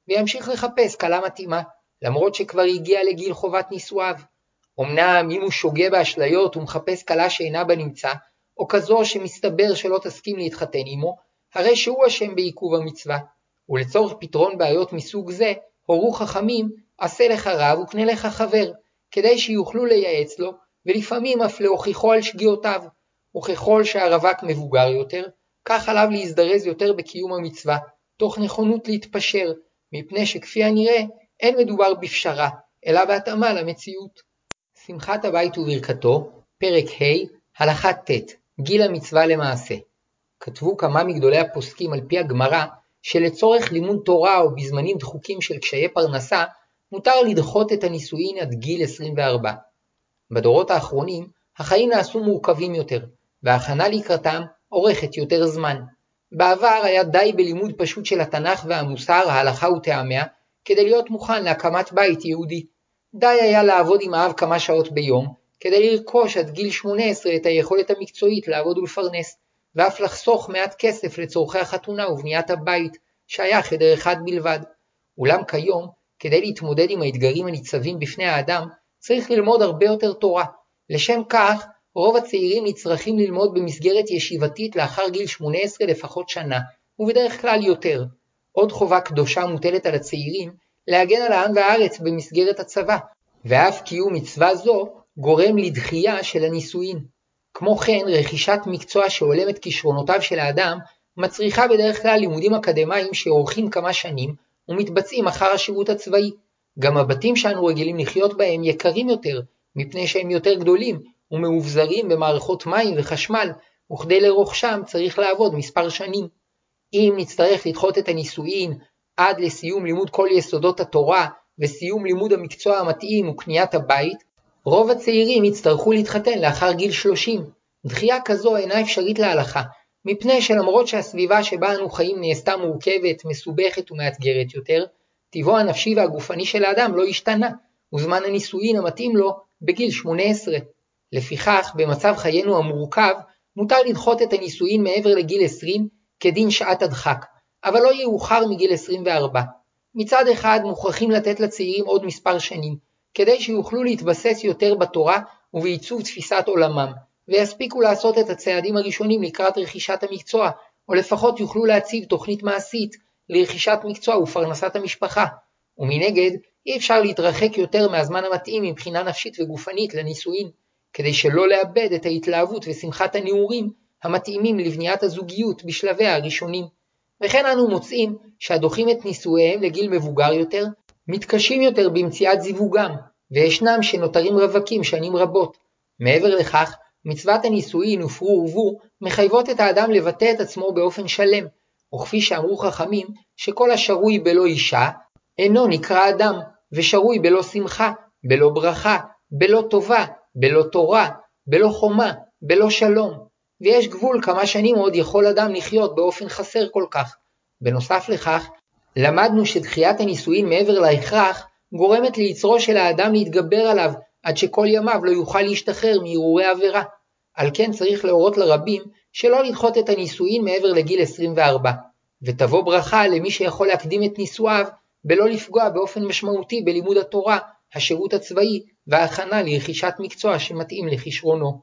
וימשיך לחפש כלה מתאימה, למרות שכבר הגיע לגיל חובת נישואיו. אמנם אם הוא שוגה באשליות ומחפש כלה שאינה בנמצא, או כזו שמסתבר שלא תסכים להתחתן עמו, הרי שהוא אשם בעיכוב המצווה. ולצורך פתרון בעיות מסוג זה, הורו חכמים, עשה לך רב וקנה לך חבר, כדי שיוכלו לייעץ לו, ולפעמים אף להוכיחו על שגיאותיו. וככל שהרווק מבוגר יותר, כך עליו להזדרז יותר בקיום המצווה, תוך נכונות להתפשר, מפני שכפי הנראה אין מדובר בפשרה, אלא בהתאמה למציאות. שמחת הבית וברכתו, פרק ה', הלכה ט', גיל המצווה למעשה. כתבו כמה מגדולי הפוסקים על פי הגמרא, שלצורך לימוד תורה או בזמנים דחוקים של קשיי פרנסה, מותר לדחות את הנישואין עד גיל עשרים וארבע. בדורות האחרונים, החיים נעשו מורכבים יותר, וההכנה לקראתם אורכת יותר זמן. בעבר היה די בלימוד פשוט של התנ"ך והמוסר, ההלכה וטעמיה, כדי להיות מוכן להקמת בית יהודי. די היה לעבוד עם האב כמה שעות ביום, כדי לרכוש עד גיל שמונה עשרה את היכולת המקצועית לעבוד ולפרנס, ואף לחסוך מעט כסף לצורכי החתונה ובניית הבית, שהיה חדר אחד בלבד. אולם כיום, כדי להתמודד עם האתגרים הניצבים בפני האדם, צריך ללמוד הרבה יותר תורה. לשם כך, רוב הצעירים נצרכים ללמוד במסגרת ישיבתית לאחר גיל שמונה עשרה לפחות שנה, ובדרך כלל יותר. עוד חובה קדושה מוטלת על הצעירים, להגן על העם והארץ במסגרת הצבא, ואף קיום מצווה זו גורם לדחייה של הנישואין. כמו כן, רכישת מקצוע שהולם את כישרונותיו של האדם, מצריכה בדרך כלל לימודים אקדמיים שאורכים כמה שנים, ומתבצעים אחר השירות הצבאי. גם הבתים שאנו רגילים לחיות בהם יקרים יותר, מפני שהם יותר גדולים, ומאובזרים במערכות מים וחשמל, וכדי לרוכשם צריך לעבוד מספר שנים. אם נצטרך לדחות את הנישואין עד לסיום לימוד כל יסודות התורה, וסיום לימוד המקצוע המתאים וקניית הבית, רוב הצעירים יצטרכו להתחתן לאחר גיל שלושים. דחייה כזו אינה אפשרית להלכה, מפני שלמרות שהסביבה שבה אנו חיים נעשתה מורכבת, מסובכת ומאתגרת יותר, טבעו הנפשי והגופני של האדם לא השתנה, וזמן הנישואין המתאים לו בגיל שמונה עשרה. לפיכך, במצב חיינו המורכב, מותר לדחות את הנישואין מעבר לגיל עשרים כדין שעת הדחק, אבל לא יאוחר מגיל עשרים וארבע. מצד אחד מוכרחים לתת לצעירים עוד מספר שנים, כדי שיוכלו להתבסס יותר בתורה ובעיצוב תפיסת עולמם, ויספיקו לעשות את הצעדים הראשונים לקראת רכישת המקצוע, או לפחות יוכלו להציב תוכנית מעשית לרכישת מקצוע ופרנסת המשפחה. ומנגד, אי אפשר להתרחק יותר מהזמן המתאים מבחינה נפשית וגופנית לנישואין, כדי שלא לאבד את ההתלהבות ושמחת הנעורים המתאימים לבניית הזוגיות בשלביה הראשונים. וכן אנו מוצאים שהדוחים את נישואיהם לגיל מבוגר יותר, מתקשים יותר במציאת זיווגם, וישנם שנותרים רווקים שנים רבות. מעבר לכך, מצוות הנישואין ופרו ורבו מחייבות את האדם לבטא את עצמו באופן שלם, וכפי שאמרו חכמים, שכל השרוי בלא אישה אינו נקרא אדם, ושרוי בלא שמחה, בלא ברכה, בלא טובה, בלא תורה, בלא חומה, בלא שלום. ויש גבול כמה שנים עוד יכול אדם לחיות באופן חסר כל כך. בנוסף לכך, למדנו שדחיית הנישואין מעבר להכרח גורמת ליצרו של האדם להתגבר עליו, עד שכל ימיו לא יוכל להשתחרר מהרהורי עבירה. על כן צריך להורות לרבים שלא לדחות את הנישואין מעבר לגיל עשרים וארבע, ותבוא ברכה למי שיכול להקדים את נישואיו, בלא לפגוע באופן משמעותי בלימוד התורה, השירות הצבאי וההכנה לרכישת מקצוע שמתאים לכישרונו.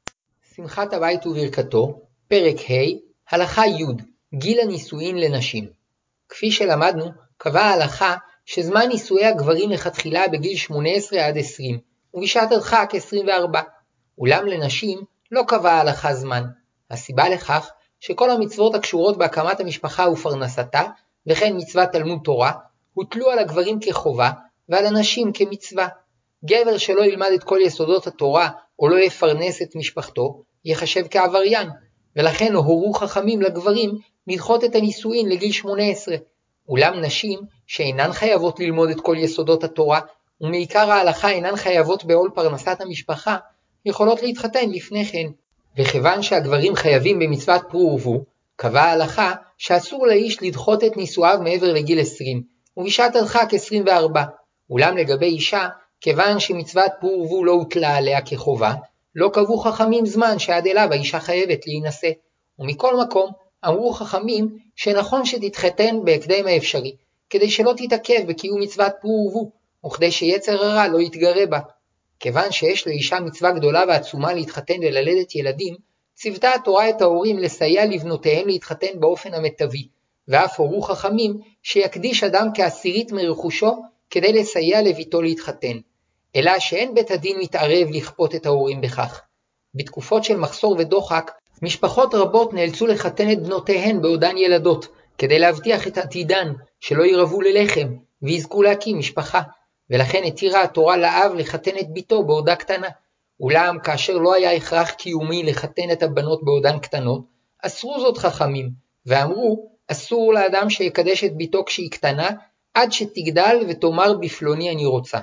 שמחת הבית וברכתו, פרק ה', הלכה י', גיל הנישואין לנשים. כפי שלמדנו, קבעה ההלכה שזמן נישואי הגברים לכתחילה בגיל שמונה עשרה עד עשרים, ובשעת הדחק עשרים וארבע. אולם לנשים לא קבעה ההלכה זמן. הסיבה לכך שכל המצוות הקשורות בהקמת המשפחה ופרנסתה, וכן מצוות תלמוד תורה, הוטלו על הגברים כחובה ועל הנשים כמצווה. גבר שלא ילמד את כל יסודות התורה או לא יפרנס את משפחתו, יחשב כעבריין, ולכן הורו חכמים לגברים לדחות את הנישואין לגיל שמונה עשרה. אולם נשים שאינן חייבות ללמוד את כל יסודות התורה, ומעיקר ההלכה אינן חייבות בעול פרנסת המשפחה, יכולות להתחתן לפני כן. וכיוון שהגברים חייבים במצוות פרו ורבו, קבעה ההלכה שאסור לאיש לדחות את נישואיו מעבר לגיל עשרים, ובשעת הדחק עשרים וארבע. אולם לגבי אישה, כיוון שמצוות פרו ורבו לא הוטלה עליה כחובה, לא קבעו חכמים זמן שעד אליו האישה חייבת להינשא. ומכל מקום, אמרו חכמים שנכון שתתחתן בהקדם האפשרי, כדי שלא תתעכב בקיום מצוות פרו ורבו, וכדי שיצר הרע לא יתגרה בה. כיוון שיש לאישה מצווה גדולה ועצומה להתחתן וללדת ילדים, ציוותה התורה את ההורים לסייע לבנותיהם להתחתן באופן המיטבי, ואף הורו חכמים שיקדיש אדם כעשירית מרכושו כדי לסייע לביתו להתחתן. אלא שאין בית הדין מתערב לכפות את ההורים בכך. בתקופות של מחסור ודוחק, משפחות רבות נאלצו לחתן את בנותיהן בעודן ילדות, כדי להבטיח את עתידן, שלא ירבו ללחם, ויזכו להקים משפחה. ולכן התירה התורה לאב לחתן את ביתו בעודה קטנה. אולם כאשר לא היה הכרח קיומי לחתן את הבנות בעודן קטנות, אסרו זאת חכמים, ואמרו, אסור לאדם שיקדש את ביתו כשהיא קטנה, עד שתגדל ותאמר בפלוני אני רוצה.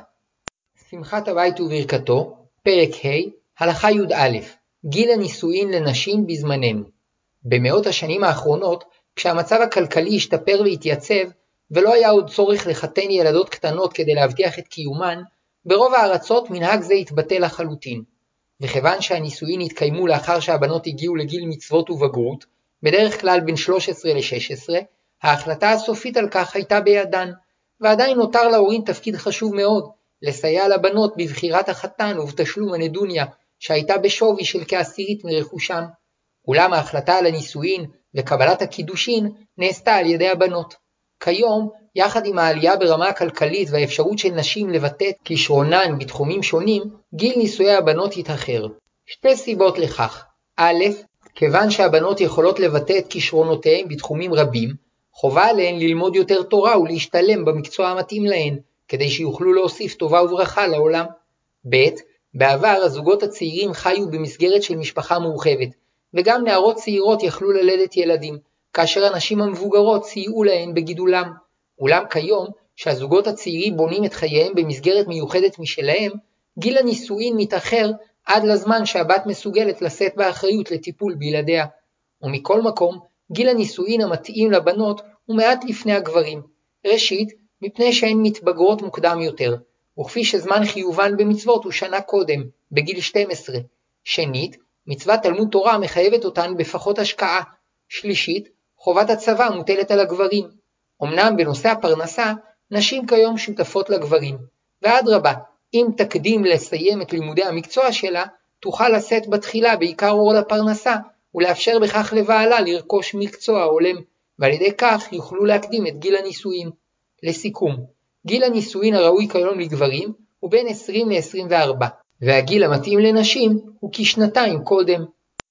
שמחת הבית וברכתו, פרק ה', הלכה י"א, גיל הנישואין לנשים בזמננו. במאות השנים האחרונות, כשהמצב הכלכלי השתפר והתייצב, ולא היה עוד צורך לחתן ילדות קטנות כדי להבטיח את קיומן, ברוב הארצות מנהג זה התבטל לחלוטין. וכיוון שהנישואין התקיימו לאחר שהבנות הגיעו לגיל מצוות ובגרות, בדרך כלל בין שלוש עשרה ל-שש עשרה, ההחלטה הסופית על כך הייתה בידן, ועדיין נותר להורים תפקיד חשוב מאוד, לסייע לבנות בבחירת החתן ובתשלום הנדוניה, שהייתה בשווי של כעשירית מרכושם. אולם ההחלטה על הנישואין וקבלת הקידושין נעשתה על ידי הבנות. כיום, יחד עם העלייה ברמה הכלכלית והאפשרות של נשים לבטא את כישרונן בתחומים שונים, גיל נישואי הבנות התאחר. שתי סיבות לכך. א', כיוון שהבנות יכולות לבטא את כישרונותיהם בתחומים רבים, חובה עליהן ללמוד יותר תורה ולהשתלם במקצוע המתאים להן, כדי שיוכלו להוסיף טובה וברכה לעולם. ב', בעבר הזוגות הצעירים חיו במסגרת של משפחה מורחבת, וגם נערות צעירות יכלו ללדת ילדים, כאשר הנשים המבוגרות סייעו להן בגידולם. אולם כיום, שהזוגות הצעירים בונים את חייהם במסגרת מיוחדת משלהם, גיל הנישואין מתאחר עד לזמן שהבת מסוגלת לשאת באחריות לטיפול בילדיה. ומכל מקום, גיל הנישואין המתאים לבנות הוא מעט לפני הגברים. ראשית, מפני שהן מתבגרות מוקדם יותר, וכפי שזמן חיובן במצוות הוא שנה קודם, בגיל שתים עשרה. שנית, מצוות תלמוד תורה מחייבת אותן בפחות השקעה. שלישית, חובת הצבא מוטלת על הגברים. אמנם בנושא הפרנסה, נשים כיום שותפות לגברים. ואדרבה, אם תקדים לסיים את לימודי המקצוע שלה, תוכל לשאת בתחילה בעיקר אור לפרנסה, ולאפשר בכך לבעלה לרכוש מקצוע הולם, ועל ידי כך יוכלו להקדים את גיל הנישואין. לסיכום, גיל הנישואין הראוי כיום לגברים הוא בין עשרים ל-עשרים וארבע, והגיל המתאים לנשים הוא כשנתיים קודם.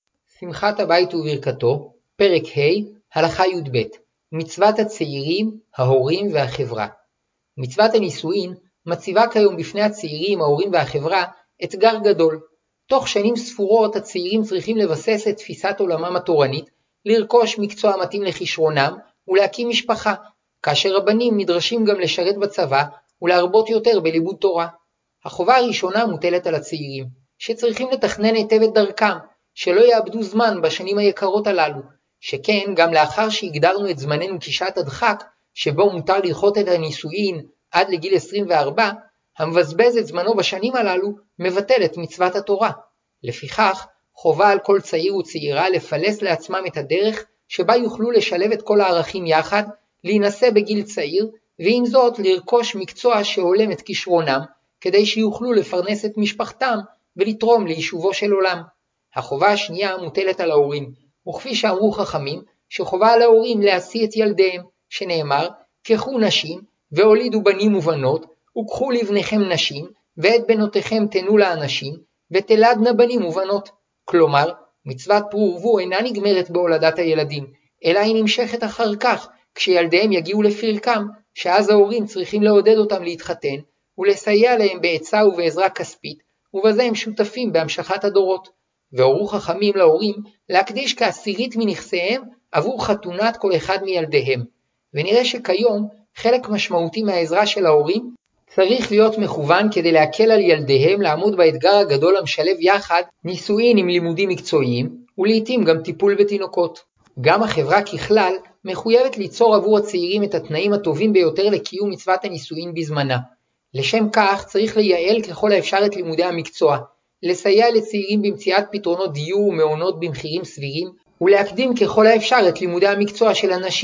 שמחת הבית וברכתו, פרק ה', הלכה י"ב, מצוות הצעירים, ההורים והחברה. מצוות הנישואין מציבה כיום בפני הצעירים, ההורים והחברה אתגר גדול. תוך שנים ספורות הצעירים צריכים לבסס את תפיסת עולמם התורנית, לרכוש מקצוע מתאים לכישרונם ולהקים משפחה, כאשר הבנים נדרשים גם לשרת בצבא ולהרבות יותר בלימוד תורה. החובה הראשונה מוטלת על הצעירים, שצריכים לתכנן היטב את דרכם, שלא יאבדו זמן בשנים היקרות הללו, שכן גם לאחר שהגדרנו את זמננו כשעת הדחק, שבו מותר לדחות את הנישואין עד לגיל עשרים וארבע, המבזבז את זמנו בשנים הללו מבטל את מצוות התורה. לפיכך, חובה על כל צעיר וצעירה לפלס לעצמם את הדרך שבה יוכלו לשלב את כל הערכים יחד, להינשא בגיל צעיר, ועם זאת לרכוש מקצוע שהולם את כישרונם, כדי שיוכלו לפרנס את משפחתם ולתרום ליישובו של עולם. החובה השנייה מוטלת על ההורים, וכפי שאמרו חכמים, שחובה על ההורים להשיא את ילדיהם, שנאמר, קחו נשים והולידו בנים ובנות, וקחו לבניכם נשים, ואת בנותיכם תנו לאנשים, ותלדנה בנים ובנות. כלומר, מצוות פרו ורבו אינה נגמרת בהולדת הילדים, אלא היא נמשכת אחר כך, כשילדיהם יגיעו לפרקם, שאז ההורים צריכים לעודד אותם להתחתן, ולסייע להם בעצה ובעזרה כספית, ובזה הם שותפים בהמשכת הדורות. והורו חכמים להורים להקדיש כעשירית מנכסיהם עבור חתונת כל אחד מילדיהם. ונראה שכיום חלק משמעותי מהעזרה של ההורים צריך להיות מכוון כדי להקל על ילדיהם לעמוד באתגר הגדול המשלב יחד נישואין עם לימודים מקצועיים, ולעיתים גם טיפול בתינוקות. גם החברה ככלל מחויבת ליצור עבור הצעירים את התנאים הטובים ביותר לקיום מצוות הנישואין בזמנה. לשם כך צריך לייעל ככל האפשר את לימודי המקצוע, לסייע לצעירים במציאת פתרונות דיור ומעונות במחירים סבירים, ולהקדים ככל האפשר את לימודי המקצוע של הנשים,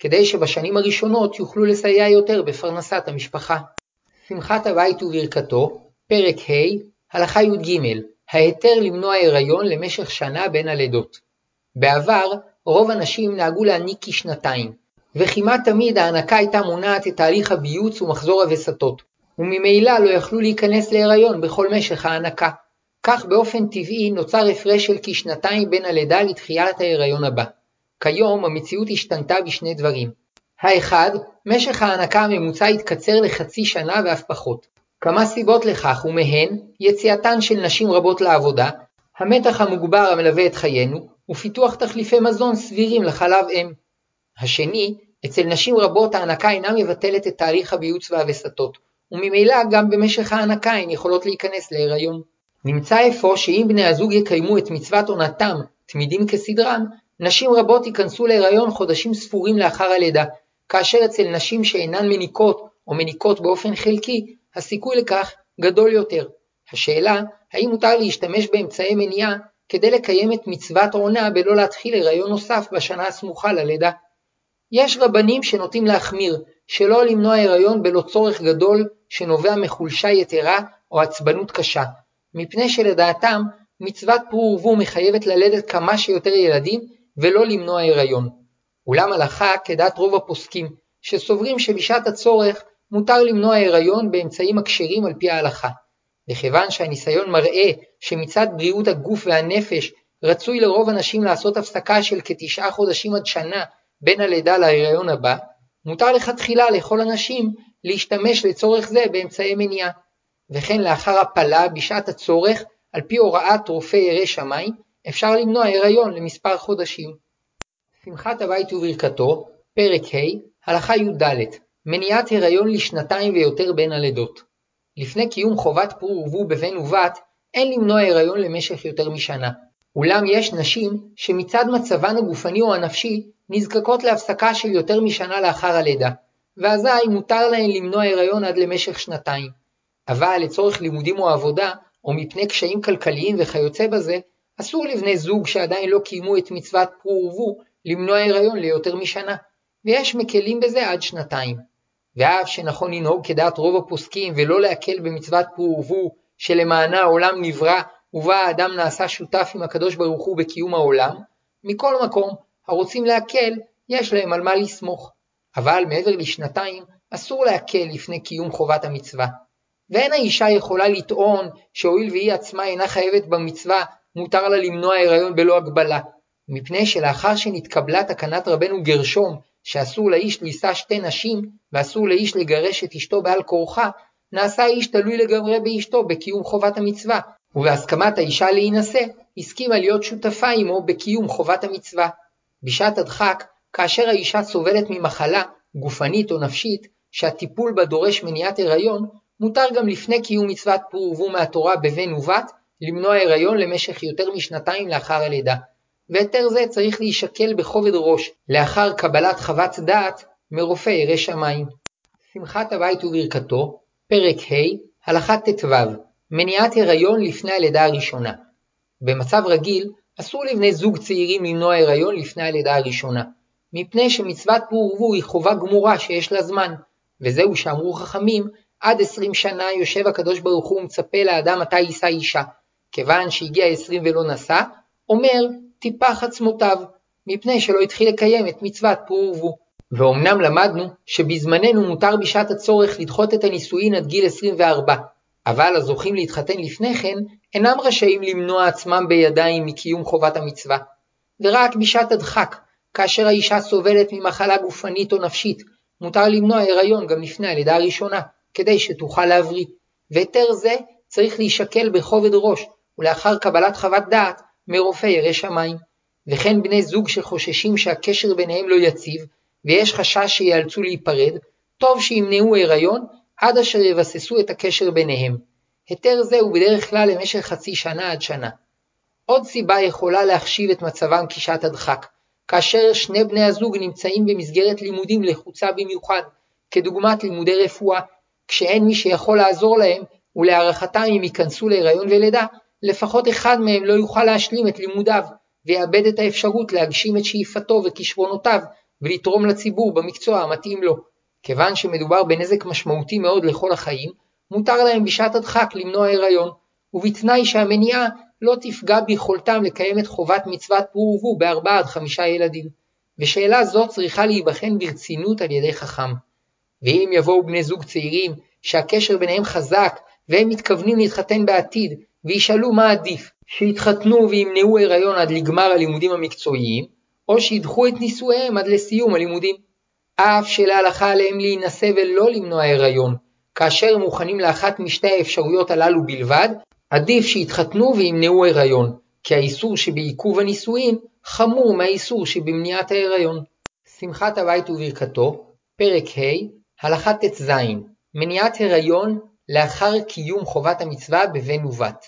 כדי שבשנים הראשונות יוכלו לסייע יותר בפרנסת המשפחה. שמחת הבית וברכתו, פרק ה', הלכה י"ג, ההיתר למנוע הריון למשך שנה בין הלידות. בעבר, רוב הנשים נהגו להניק כשנתיים, וכמעט תמיד ההנקה הייתה מונעת את תהליך הביוץ ומחזור הווסתות, וממילא לא יכלו להיכנס להיריון בכל משך ההנקה. כך באופן טבעי נוצר הפרש של כשנתיים בין הלידה לתחילת ההיריון הבא. כיום המציאות השתנתה בשני דברים. האחד, משך ההנקה הממוצע התקצר לחצי שנה ואף פחות. כמה סיבות לכך, ומהן יציאתן של נשים רבות לעבודה, המתח המוגבר המלווה את חיינו, ופיתוח תחליפי מזון סבירים לחלב אם. השני, אצל נשים רבות ההנקה אינה מבטלת את תהליך הביוץ והווסתות, וממילא גם במשך ההנקה הן יכולות להיכנס להיריון. נמצא אפוא שאם בני הזוג יקיימו את מצוות עונתם תמידים כסדרם, נשים רבות ייכנסו להיריון חודשים ספורים לאחר הלידה, כאשר אצל נשים שאינן מניקות או מניקות באופן חלקי, הסיכוי לכך גדול יותר. השאלה, האם מותר להשתמש באמצעי מניעה כדי לקיים את מצוות עונה בלא להתחיל הריון נוסף בשנה הסמוכה ללידה? יש רבנים שנוטים להחמיר, שלא למנוע הריון בלא צורך גדול שנובע מחולשה יתרה או עצבנות קשה, מפני שלדעתם מצוות פרו ורבו מחייבת ללדת כמה שיותר ילדים ולא למנוע הריון. אולם הלכה כדעת רוב הפוסקים, שסוברים שבשעת הצורך מותר למנוע הריון באמצעים הכשרים על פי ההלכה. וכיוון שהניסיון מראה שמצד בריאות הגוף והנפש רצוי לרוב הנשים לעשות הפסקה של כתשעה חודשים עד שנה בין הלידה להיריון הבא, מותר לכתחילה לכל הנשים להשתמש לצורך זה באמצעי מניעה. וכן לאחר הפלה בשעת הצורך, על פי הוראת רופא ירא שמיים, אפשר למנוע הריון למספר חודשים. שמחת הבית וברכתו, פרק ה', הלכה י"ד, מניעת הריון לשנתיים ויותר בין הלידות. לפני קיום חובת פרו ורבו בבן ובת, אין למנוע הריון למשך יותר משנה. אולם יש נשים שמצד מצבן הגופני או הנפשי נזקקות להפסקה של יותר משנה לאחר הלידה, ואזי מותר להן למנוע הריון עד למשך שנתיים. אבל לצורך לימודים או עבודה, או מפני קשיים כלכליים וכיוצא בזה, אסור לבני זוג שעדיין לא קיימו את מצוות פרו ורבו למנוע הריון ליותר משנה, ויש מקלים בזה עד שנתיים. ואף שנכון לנהוג כדעת רוב הפוסקים ולא להקל במצוות פרו ורבו שלמענה העולם נברא ובה האדם נעשה שותף עם הקדוש ברוך הוא בקיום העולם, מכל מקום הרוצים להקל יש להם על מה לסמוך. אבל מעבר לשנתיים אסור להקל לפני קיום חובת המצווה. ואין האישה יכולה לטעון שהואיל והיא עצמה אינה חייבת במצווה מותר לה למנוע הריון בלא הגבלה, מפני שלאחר שנתקבלה תקנת רבנו גרשום שאסור לאיש לישא שתי נשים ואסור לאיש לגרש את אשתו בעל כורחה, נעשה איש תלוי לגמרי באשתו בקיום חובת המצווה, ובהסכמת האישה להינשא הסכימה להיות שותפה עמו בקיום חובת המצווה. בשעת הדחק, כאשר האישה סובלת ממחלה גופנית או נפשית שהטיפול בה דורש מניעת הריון, מותר גם לפני קיום מצוות פרו ורבו מהתורה בבן ובת למנוע הריון למשך יותר משנתיים לאחר הלידה. והיתר זה צריך להישקל בכובד ראש לאחר קבלת חוות דעת מרופא ירא שמיים. שמחת הבית וברכתו, פרק ה', הלכה ט"ו, מניעת הריון לפני הלידה הראשונה. במצב רגיל אסור לבני זוג צעירים למנוע הריון לפני הלידה הראשונה, מפני שמצוות פרו ורבו היא חובה גמורה שיש לה זמן, וזהו שאמרו חכמים, עד עשרים שנה יושב הקדוש ברוך הוא מצפה לאדם מתי יישא אישה, כיוון שהגיע עשרים ולא נשא, אומר טיפח עצמותיו, מפני שלא התחיל לקיים את מצוות פרו ורבו. ואומנם למדנו שבזמננו מותר בשעת הצורך לדחות את הנישואין עד גיל עשרים וארבע, אבל הזוכים להתחתן לפני כן אינם רשאים למנוע עצמם בידיים מקיום חובת המצווה. ורק בשעת הדחק, כאשר האישה סובלת ממחלה גופנית או נפשית, מותר למנוע הריון גם לפני הלידה הראשונה, כדי שתוכל להבריא. והיתר זה צריך להישקל בכובד ראש, ולאחר קבלת חוות דעת מרופא ירא שמיים. וכן בני זוג שחוששים שהקשר ביניהם לא יציב, ויש חשש שיאלצו להיפרד, טוב שימנעו הריון עד אשר יבססו את הקשר ביניהם. היתר זה הוא בדרך כלל למשך חצי שנה עד שנה. עוד סיבה יכולה להחשיב את מצבם כשעת הדחק, כאשר שני בני הזוג נמצאים במסגרת לימודים לחוצה במיוחד, כדוגמת לימודי רפואה, כשאין מי שיכול לעזור להם, ולהערכתם אם ייכנסו להיריון ולידה, לפחות אחד מהם לא יוכל להשלים את לימודיו, ויאבד את האפשרות להגשים את שאיפתו וכישרונותיו ולתרום לציבור במקצוע המתאים לו. כיוון שמדובר בנזק משמעותי מאוד לכל החיים, מותר להם בשעת הדחק למנוע הריון, ובתנאי שהמניעה לא תפגע ביכולתם לקיים את חובת מצוות פרו ורבו בארבעה עד חמישה ילדים. ושאלה זאת צריכה להיבחן ברצינות על ידי חכם. ואם יבואו בני זוג צעירים שהקשר ביניהם חזק והם מתכוונים להתחתן בעתיד וישאלו מה עדיף, שיתחתנו וימנעו הריון עד לגמר הלימודים המקצועיים, או שידחו את נישואיהם עד לסיום הלימודים. אף שלהלכה עליהם להינשא ולא למנוע הריון, כאשר הם מוכנים לאחת משתי האפשרויות הללו בלבד, עדיף שיתחתנו וימנעו הריון, כי האיסור שבעיכוב הנישואין חמור מהאיסור שבמניעת ההיריון. שמחת הבית וברכתו, פרק ה', הלכה ט"ז, מניעת הריון לאחר קיום חובת המצווה בבן ובת.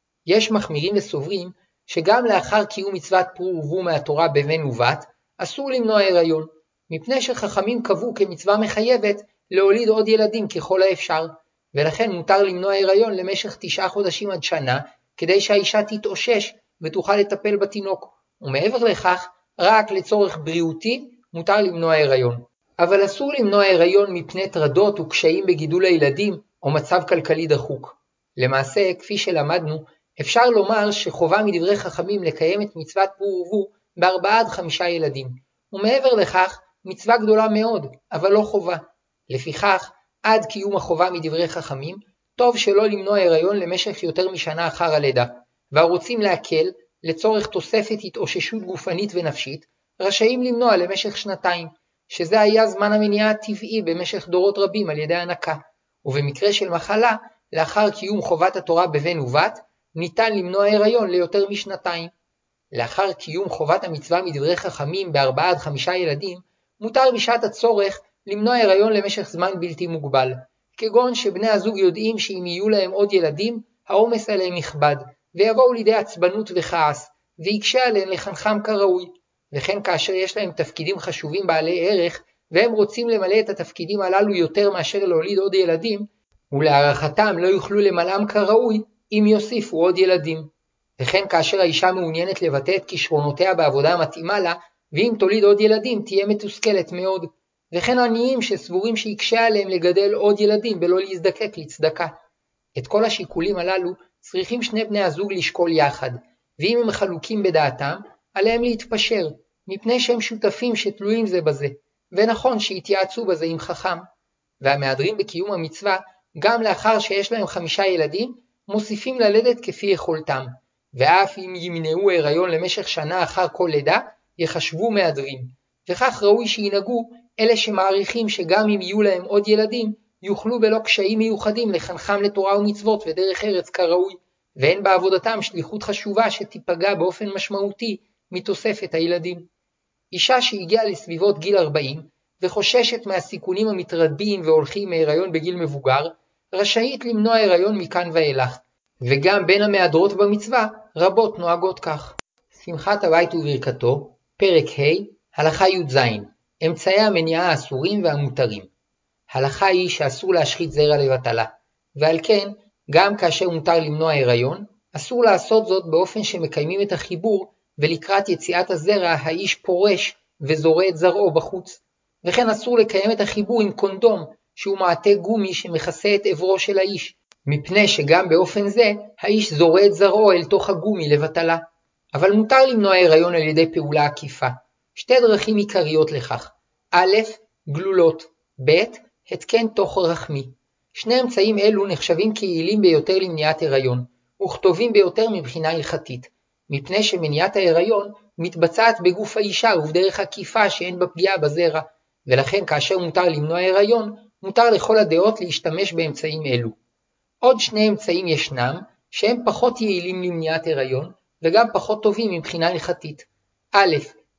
יש מחמירים וסוברים שגם לאחר קיום מצוות פרו ורבו מהתורה בבן ובת, אסור למנוע הריון, מפני שחכמים קבעו כמצווה מחייבת להוליד עוד ילדים ככל האפשר, ולכן מותר למנוע הריון למשך תשעה חודשים עד שנה, כדי שהאישה תתאושש ותוכל לטפל בתינוק, ומעבר לכך, רק לצורך בריאותי מותר למנוע הריון. אבל אסור למנוע הריון מפני טרדות וקשיים בגידול הילדים או מצב כלכלי דחוק. למעשה, כפי שלמדנו, אפשר לומר שחובה מדברי חכמים לקיים את מצוות פרו ורבו בארבעה עד חמישה ילדים, ומעבר לכך מצווה גדולה מאוד, אבל לא חובה. לפיכך, עד קיום החובה מדברי חכמים, טוב שלא למנוע הריון למשך יותר משנה אחר הלידה, והרוצים להקל לצורך תוספת התאוששות גופנית ונפשית, רשאים למנוע למשך שנתיים, שזה היה זמן המניעה הטבעי במשך דורות רבים על ידי הנקה, ובמקרה של מחלה, לאחר קיום חובת התורה בבן ובת, ניתן למנוע הריון ליותר משנתיים. לאחר קיום חובת המצווה מדברי חכמים בארבעה עד חמישה ילדים, מותר בשעת הצורך למנוע הריון למשך זמן בלתי מוגבל, כגון שבני הזוג יודעים שאם יהיו להם עוד ילדים, העומס עליהם יכבד, ויבואו לידי עצבנות וכעס, ויקשה עליהם לחנכם כראוי, וכן כאשר יש להם תפקידים חשובים בעלי ערך, והם רוצים למלא את התפקידים הללו יותר מאשר להוליד עוד ילדים, ולהערכתם לא יוכלו למלאם כראוי אם יוסיפו עוד ילדים. וכן כאשר האישה מעוניינת לבטא את כישרונותיה בעבודה המתאימה לה, ואם תוליד עוד ילדים תהיה מתוסכלת מאוד. וכן עניים שסבורים שיקשה עליהם לגדל עוד ילדים ולא להזדקק לצדקה. את כל השיקולים הללו צריכים שני בני הזוג לשקול יחד, ואם הם חלוקים בדעתם, עליהם להתפשר, מפני שהם שותפים שתלויים זה בזה, ונכון שיתייעצו בזה עם חכם. והמהדרים בקיום המצווה, גם לאחר שיש להם חמישה ילדים, מוסיפים ללדת כפי יכולתם, ואף אם ימנעו הריון למשך שנה אחר כל לידה, יחשבו מהדרים, וכך ראוי שינהגו אלה שמעריכים שגם אם יהיו להם עוד ילדים, יוכלו בלא קשיים מיוחדים לחנכם לתורה ומצוות ודרך ארץ כראוי, ואין בעבודתם שליחות חשובה שתיפגע באופן משמעותי מתוספת הילדים. אישה שהגיעה לסביבות גיל ארבעים וחוששת מהסיכונים המתרבים והולכים מהיריון בגיל מבוגר, רשאית למנוע הריון מכאן ואילך, וגם בין המהדרות במצווה רבות נוהגות כך. שמחת הבית וברכתו, פרק ה', הלכה י"ז, אמצעי המניעה האסורים והמותרים. הלכה היא שאסור להשחית זרע לבטלה, ועל כן, גם כאשר מותר למנוע הריון, אסור לעשות זאת באופן שמקיימים את החיבור, ולקראת יציאת הזרע האיש פורש וזורע את זרעו בחוץ. וכן אסור לקיים את החיבור עם קונדום, שהוא מעטה גומי שמכסה את עברו של האיש, מפני שגם באופן זה האיש זורע את זרעו אל תוך הגומי לבטלה. אבל מותר למנוע הריון על ידי פעולה עקיפה. שתי דרכים עיקריות לכך. א', גלולות. ב', התקן תוך רחמי. שני אמצעים אלו נחשבים כיעילים ביותר למניעת הריון, וכתובים ביותר מבחינה הלכתית, מפני שמניעת ההיריון מתבצעת בגוף האישה ובדרך עקיפה שאין בה פגיעה בזרע, ולכן כאשר מותר למנוע הריון, מותר לכל הדעות להשתמש באמצעים אלו. עוד שני אמצעים ישנם, שהם פחות יעילים למניעת הריון, וגם פחות טובים מבחינה הלכתית. א',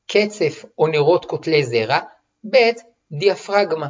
קצף או נרות קוטלי זרע, ב', דיאפרגמה.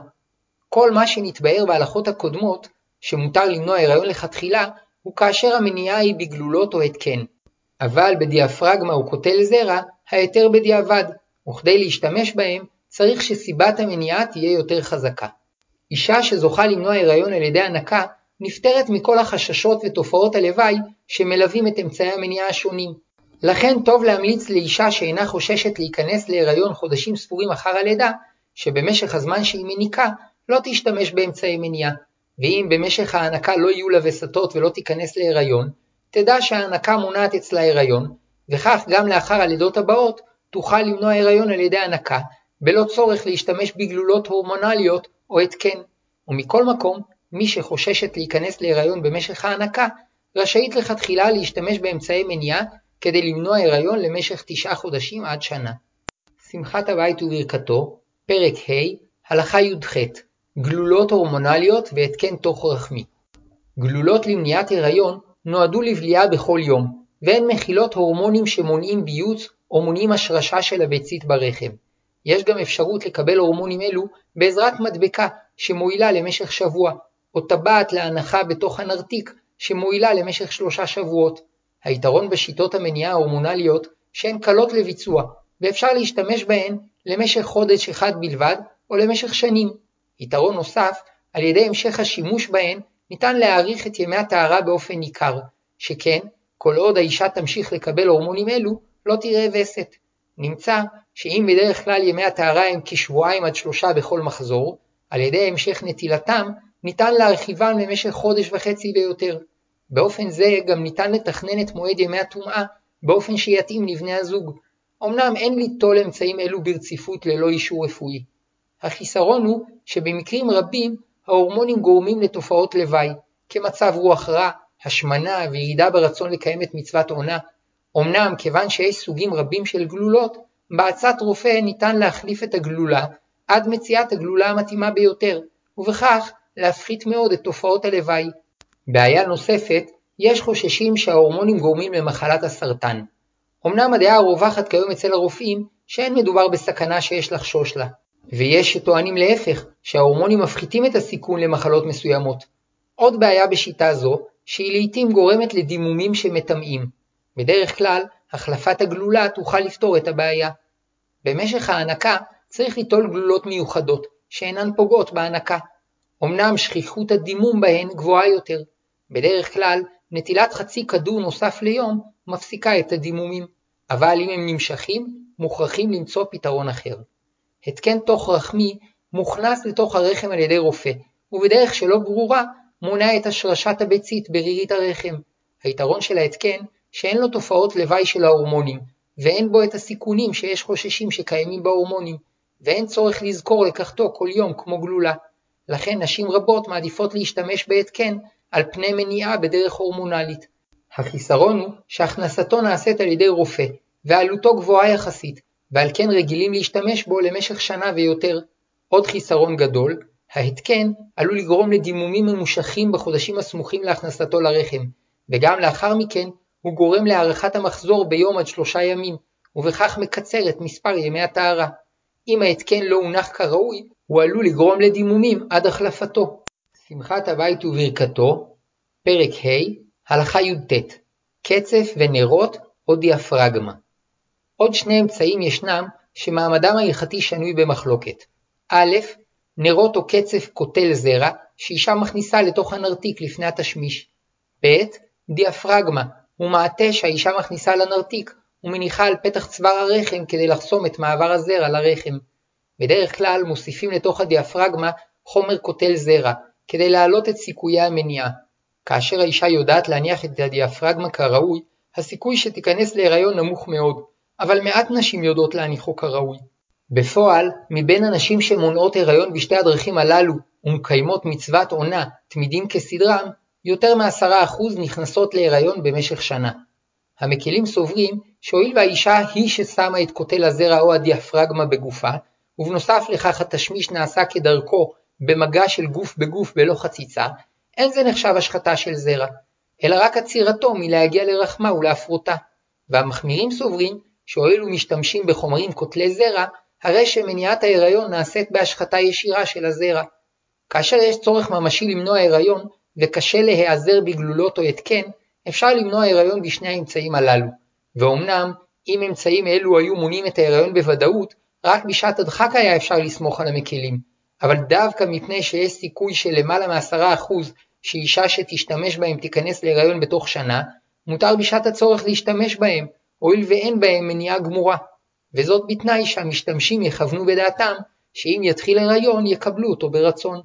כל מה שנתבאר בהלכות הקודמות, שמותר למנוע הריון לכתחילה, הוא כאשר המניעה היא בגלולות או התקן. אבל בדיאפרגמה או קוטל זרע, היתר בדיעבד, וכדי להשתמש בהם, צריך שסיבת המניעה תהיה יותר חזקה. אישה שזוכה למנוע הריון על ידי הנקה, נפטרת מכל החששות ותופעות הלוואי שמלווים את אמצעי המניעה השונים. לכן טוב להמליץ לאישה שאינה חוששת להיכנס להיריון חודשים ספורים אחר הלידה, שבמשך הזמן שהיא מניקה לא תשתמש באמצעי מניעה, ואם במשך ההנקה לא יהיו לה וסתות ולא תיכנס להיריון, תדע שההנקה מונעת אצלה הריון, וכך גם לאחר הלידות הבאות תוכל למנוע הריון על ידי הנקה, בלא צורך להשתמש בגלולות הורמונליות או התקן. ומכל מקום, מי שחוששת להיכנס להיריון במשך ההנקה, רשאית לכתחילה להשתמש באמצעי מניעה כדי למנוע הריון למשך תשעה חודשים עד שנה. שמחת הבית וברכתו, פרק ה', הלכה י"ח, גלולות הורמונליות והתקן תוך רחמי. גלולות למניעת הריון נועדו לבליעה בכל יום, והן מכילות הורמונים שמונעים ביוץ או מונעים השרשה של הביצית ברחם. יש גם אפשרות לקבל הורמונים אלו בעזרת מדבקה שמועילה למשך שבוע, או טבעת להנחה בתוך הנרתיק שמועילה למשך שלושה שבועות. היתרון בשיטות המניעה ההורמונליות שהן קלות לביצוע, ואפשר להשתמש בהן למשך חודש אחד בלבד או למשך שנים. יתרון נוסף, על ידי המשך השימוש בהן ניתן להאריך את ימי הטהרה באופן ניכר, שכן כל עוד האישה תמשיך לקבל הורמונים אלו לא תראה וסת. נמצא שאם בדרך כלל ימי הטהרה הם כשבועיים עד שלושה בכל מחזור, על ידי המשך נטילתם ניתן להרחיבם למשך חודש וחצי ויותר. באופן זה גם ניתן לתכנן את מועד ימי הטומאה באופן שיתאים לבני הזוג. אמנם אין ליטול אמצעים אלו ברציפות ללא אישור רפואי. החיסרון הוא שבמקרים רבים ההורמונים גורמים לתופעות לוואי, כמצב רוח רע, השמנה וירידה ברצון לקיים את מצוות עונה. אמנם כיוון שיש סוגים רבים של גלולות, בעצת רופא ניתן להחליף את הגלולה עד מציאת הגלולה המתאימה ביותר, ובכך להפחית מאוד את תופעות הלוואי. בעיה נוספת, יש חוששים שההורמונים גורמים למחלת הסרטן. אמנם הדעה הרווחת כיום אצל הרופאים שאין מדובר בסכנה שיש לחשוש לה, ויש שטוענים להפך שההורמונים מפחיתים את הסיכון למחלות מסוימות. עוד בעיה בשיטה זו שהיא לעתים גורמת לדימומים שמטמאים. בדרך כלל, החלפת הגלולה תוכל לפתור את הבעיה. במשך ההנקה צריך ליטול גלולות מיוחדות שאינן פוגעות בהנקה. אמנם שכיחות הדימום בהן גבוהה יותר. בדרך כלל, נטילת חצי כדור נוסף ליום מפסיקה את הדימומים, אבל אם הם נמשכים, מוכרחים למצוא פתרון אחר. התקן תוך רחמי מוכנס לתוך הרחם על ידי רופא, ובדרך שלא ברורה מונע את השרשת הביצית ברירית הרחם. היתרון של ההתקן שאין לו תופעות לוואי של ההורמונים, ואין בו את הסיכונים שיש חוששים שקיימים בהורמונים, ואין צורך לזכור לקחתו כל יום כמו גלולה. לכן נשים רבות מעדיפות להשתמש בהתקן על פני מניעה בדרך הורמונלית. החיסרון הוא שהכנסתו נעשית על ידי רופא, ועלותו גבוהה יחסית, ועל כן רגילים להשתמש בו למשך שנה ויותר. עוד חיסרון גדול, ההתקן עלול לגרום לדימומים ממושכים בחודשים הסמוכים להכנסתו לרחם, וגם לאחר מכן הוא גורם להארכת המחזור ביום עד שלושה ימים, ובכך מקצר את מספר ימי הטהרה. אם ההתקן לא הונח כראוי, הוא עלול לגרום לדימומים עד החלפתו. שמחת הבית וברכתו, פרק ה', הלכה י"ט, קצף ונרות או דיאפרגמה. עוד שני אמצעים ישנם שמעמדם ההלכתי שנוי במחלוקת. א', נרות או קצף קוטל זרע שאישה מכניסה לתוך הנרתיק לפני התשמיש. ב', דיאפרגמה הוא מעטה שהאישה מכניסה לנרתיק ומניחה על פתח צוואר הרחם כדי לחסום את מעבר הזרע לרחם. בדרך כלל מוסיפים לתוך הדיאפרגמה חומר קוטל זרע כדי להעלות את סיכויי המניעה. כאשר האישה יודעת להניח את הדיאפרגמה כראוי, הסיכוי שתיכנס להיריון נמוך מאוד, אבל מעט נשים יודעות להניחו כראוי. בפועל, מבין הנשים שמונעות הריון בשתי הדרכים הללו ומקיימות מצוות עונה תמידים כסדרם, יותר מ-עשרה אחוז נכנסות להיריון במשך שנה. המקלים סוברים שהואיל והאישה היא ששמה את קוטל הזרע או הדיאפרגמה בגופה, ובנוסף לכך התשמיש נעשה כדרכו במגע של גוף בגוף בלא חציצה, אין זה נחשב השחתה של זרע, אלא רק עצירתו מלהגיע לרחמה ולהפרותה. והמחמירים סוברים שהואיל ומשתמשים בחומרים קוטלי זרע, הרי שמניעת ההיריון נעשית בהשחתה ישירה של הזרע. כאשר יש צורך ממשי למנוע הריון וקשה להיעזר בגלולות או התקן, אפשר למנוע הריון בשני האמצעים הללו. ואומנם, אם אמצעים אלו היו מונעים את ההיריון בוודאות, רק בשעת הדחק היה אפשר לסמוך על המקלים. אבל דווקא מפני שיש סיכוי של למעלה מ-עשרה אחוז שאישה שתשתמש בהם תיכנס להיריון בתוך שנה, מותר בשעת הצורך להשתמש בהם, הואיל ואין בהם מניעה גמורה, וזאת בתנאי שהמשתמשים יכוונו בדעתם שאם יתחיל הריון יקבלו אותו ברצון.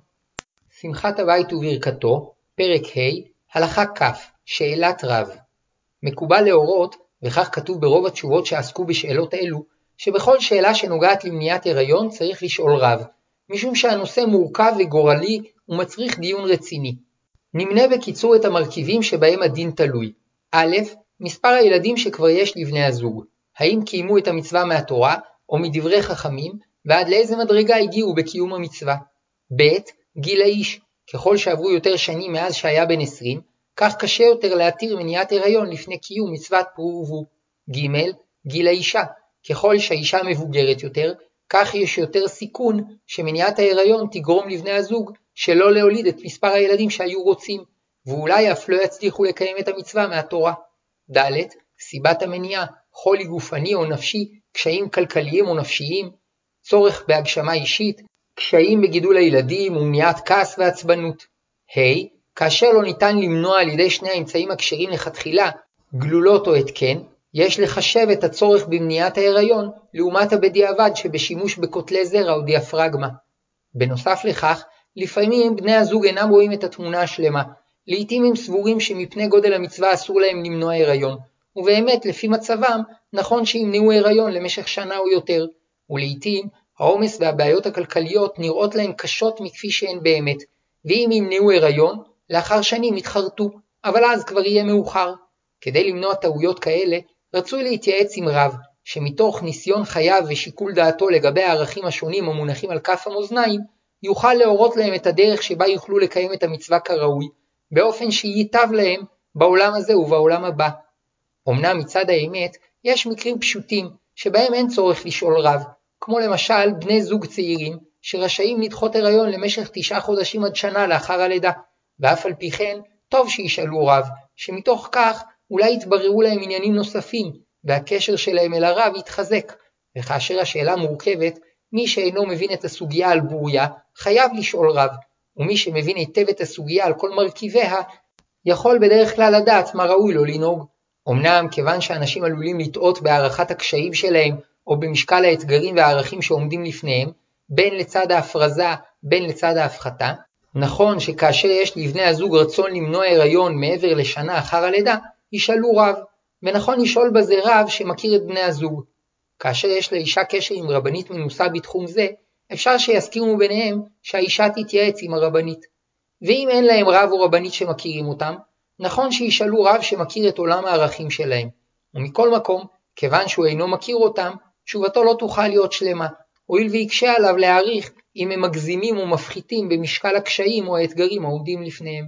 שמחת הבית וברכתו, פרק ה', הלכה כ', שאלת רב. מקובל להורות, וכך כתוב ברוב התשובות שעסקו בשאלות אלו, שבכל שאלה שנוגעת למניעת הריון צריך לשאול רב, משום שהנושא מורכב וגורלי ומצריך דיון רציני. נמנה בקיצור את המרכיבים שבהם הדין תלוי. א', מספר הילדים שכבר יש לבני הזוג, האם קיימו את המצווה מהתורה או מדברי חכמים, ועד לאיזה מדרגה הגיעו בקיום המצווה. ב', גיל האיש, ככל שעברו יותר שנים מאז שהיה בן עשרים, כך קשה יותר להתיר מניעת הריון לפני קיום מצוות פרו ורבו. ג', גיל האישה, ככל שהאישה מבוגרת יותר, כך יש יותר סיכון שמניעת ההיריון תגרום לבני הזוג שלא להוליד את מספר הילדים שהיו רוצים, ואולי אף לא יצליחו לקיים את המצווה מהתורה. ד', סיבת המניעה, חולי גופני או נפשי, קשיים כלכליים או נפשיים, צורך בהגשמה אישית, קשיים בגידול הילדים ומניעת כעס ועצבנות. ה', כאשר לא ניתן למנוע על ידי שני האמצעים הכשרים לכתחילה, גלולות או התקן, יש לחשב את הצורך במניעת ההיריון לעומת הבדיעבד שבשימוש בכותלי זרע או דיאפרגמה. בנוסף לכך, לפעמים בני הזוג אינם רואים את התמונה השלמה, לעתים הם סבורים שמפני גודל המצווה אסור להם למנוע הריון, ובאמת לפי מצבם נכון שימנעו הריון למשך שנה או יותר, ולעתים העומס והבעיות הכלכליות נראות להם קשות מכפי שהן באמת, ואם ימנעו הריון, לאחר שנים יתחרטו, אבל אז כבר יהיה מאוחר. כדי למנוע טעויות כאלה, רצוי להתייעץ עם רב, שמתוך ניסיון חייו ושיקול דעתו לגבי הערכים השונים המונחים על כף המאזניים, יוכל להורות להם את הדרך שבה יוכלו לקיים את המצווה כראוי, באופן שייטב להם בעולם הזה ובעולם הבא. אמנם מצד האמת, יש מקרים פשוטים שבהם אין צורך לשאול רב, כמו למשל בני זוג צעירים שרשאים לדחות הריון למשך תשעה חודשים עד שנה לאחר הלידה, ואף על פי כן טוב שישאלו רב, שמתוך כך אולי יתבררו להם עניינים נוספים, והקשר שלהם אל הרב יתחזק, וכאשר השאלה מורכבת, מי שאינו מבין את הסוגיה על בוריה, חייב לשאול רב, ומי שמבין היטב את הסוגיה על כל מרכיביה, יכול בדרך כלל לדעת מה ראוי לו לנהוג. אמנם כיוון שאנשים עלולים לטעות בהערכת הקשיים שלהם, או במשקל האתגרים והערכים שעומדים לפניהם, בין לצד ההפרזה, בין לצד ההפחתה, נכון שכאשר יש לבני הזוג רצון למנוע הריון מעבר לשנה אחר הלידה, ישאלו רב, ונכון לשאול בזה רב שמכיר את בני הזוג. כאשר יש לאישה קשר עם רבנית מנוסה בתחום זה, אפשר שיסכימו ביניהם שהאישה תתייעץ עם הרבנית. ואם אין להם רב או רבנית שמכירים אותם, נכון שישאלו רב שמכיר את עולם הערכים שלהם. ומכל מקום, כיוון שהוא אינו מכיר אותם, תשובתו לא תוכל להיות שלמה, הואיל ויקשה עליו להעריך אם הם מגזימים ומפחיתים במשקל הקשיים או האתגרים העומדים לפניהם.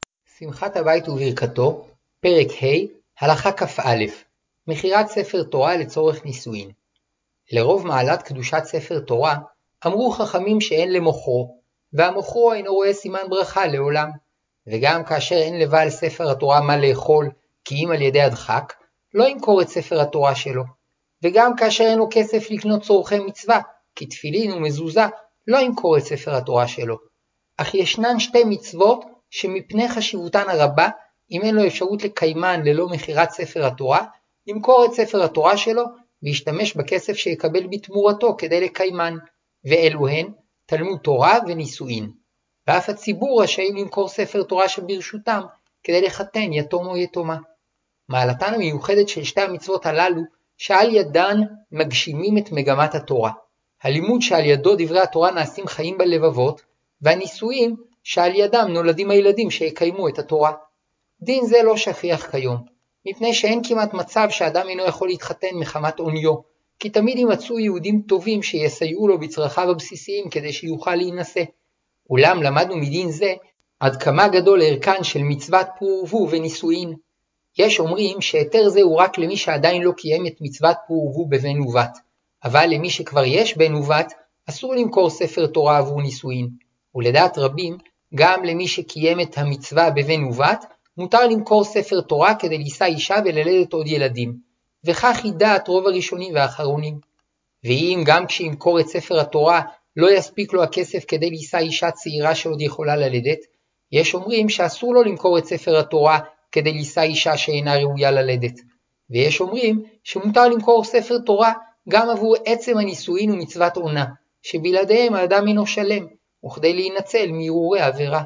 שמחת הבית וברכתו, פרק ה', הלכה כ"א, מכירת ספר תורה לצורך נישואין. לרוב מעלת קדושת ספר תורה, אמרו חכמים שאין למוכרו, והמוכרו אינו רואה סימן ברכה לעולם. וגם כאשר אין לבעל ספר התורה מה לאכול, כי אם על ידי הדחק, לא ימכור את ספר התורה שלו. וגם כאשר אין לו כסף לקנות צורכי מצווה, כי תפילין ומזוזה, לא ימכור את ספר התורה שלו. אך ישנן שתי מצוות שמפני חשיבותן הרבה, אם אין לו אפשרות לקיימן ללא מכירת ספר התורה, ימכור את ספר התורה שלו וישתמש בכסף שיקבל בתמורתו כדי לקיימן, ואלו הן תלמוד תורה ונישואין. ואף הציבור רשאים למכור ספר תורה שברשותם כדי לחתן יתום או יתומה. מעלתן המיוחדת של שתי המצוות הללו שעל ידן מגשימים את מגמת התורה. הלימוד שעל ידו דברי התורה נעשים חיים בלבבות, והנישואין שעל ידם נולדים הילדים שיקיימו את התורה. דין זה לא שכיח כיום, מפני שאין כמעט מצב שאדם אינו יכול להתחתן מחמת עוניו, כי תמיד יימצאו יהודים טובים שיסייעו לו בצרכיו הבסיסיים כדי שיוכל להינשא. אולם למדנו מדין זה עד כמה גדול ערכן של מצוות פרו ורבו ונישואין. יש אומרים שהיתר זה הוא רק למי שעדיין לא קיים את מצוות פרו ורבו בבן ובת, אבל למי שכבר יש בן ובת אסור למכור ספר תורה עבור נישואין, ולדעת רבים גם למי שקיים את המצווה בבן ובת מותר למכור ספר תורה כדי לישא אישה וללדת עוד ילדים, וכך היא דעת רוב הראשונים והאחרונים. ואם גם כשימכור את ספר התורה לא יספיק לו הכסף כדי לישא אישה צעירה שעוד יכולה ללדת, יש אומרים שאסור לו למכור את ספר התורה כדי לישא אישה שאינה ראויה ללדת. ויש אומרים שמותר למכור ספר תורה גם עבור עצם הנישואין ומצוות עונה, שבלעדיהם האדם אינו שלם, וכדי להינצל מהרהורי עבירה.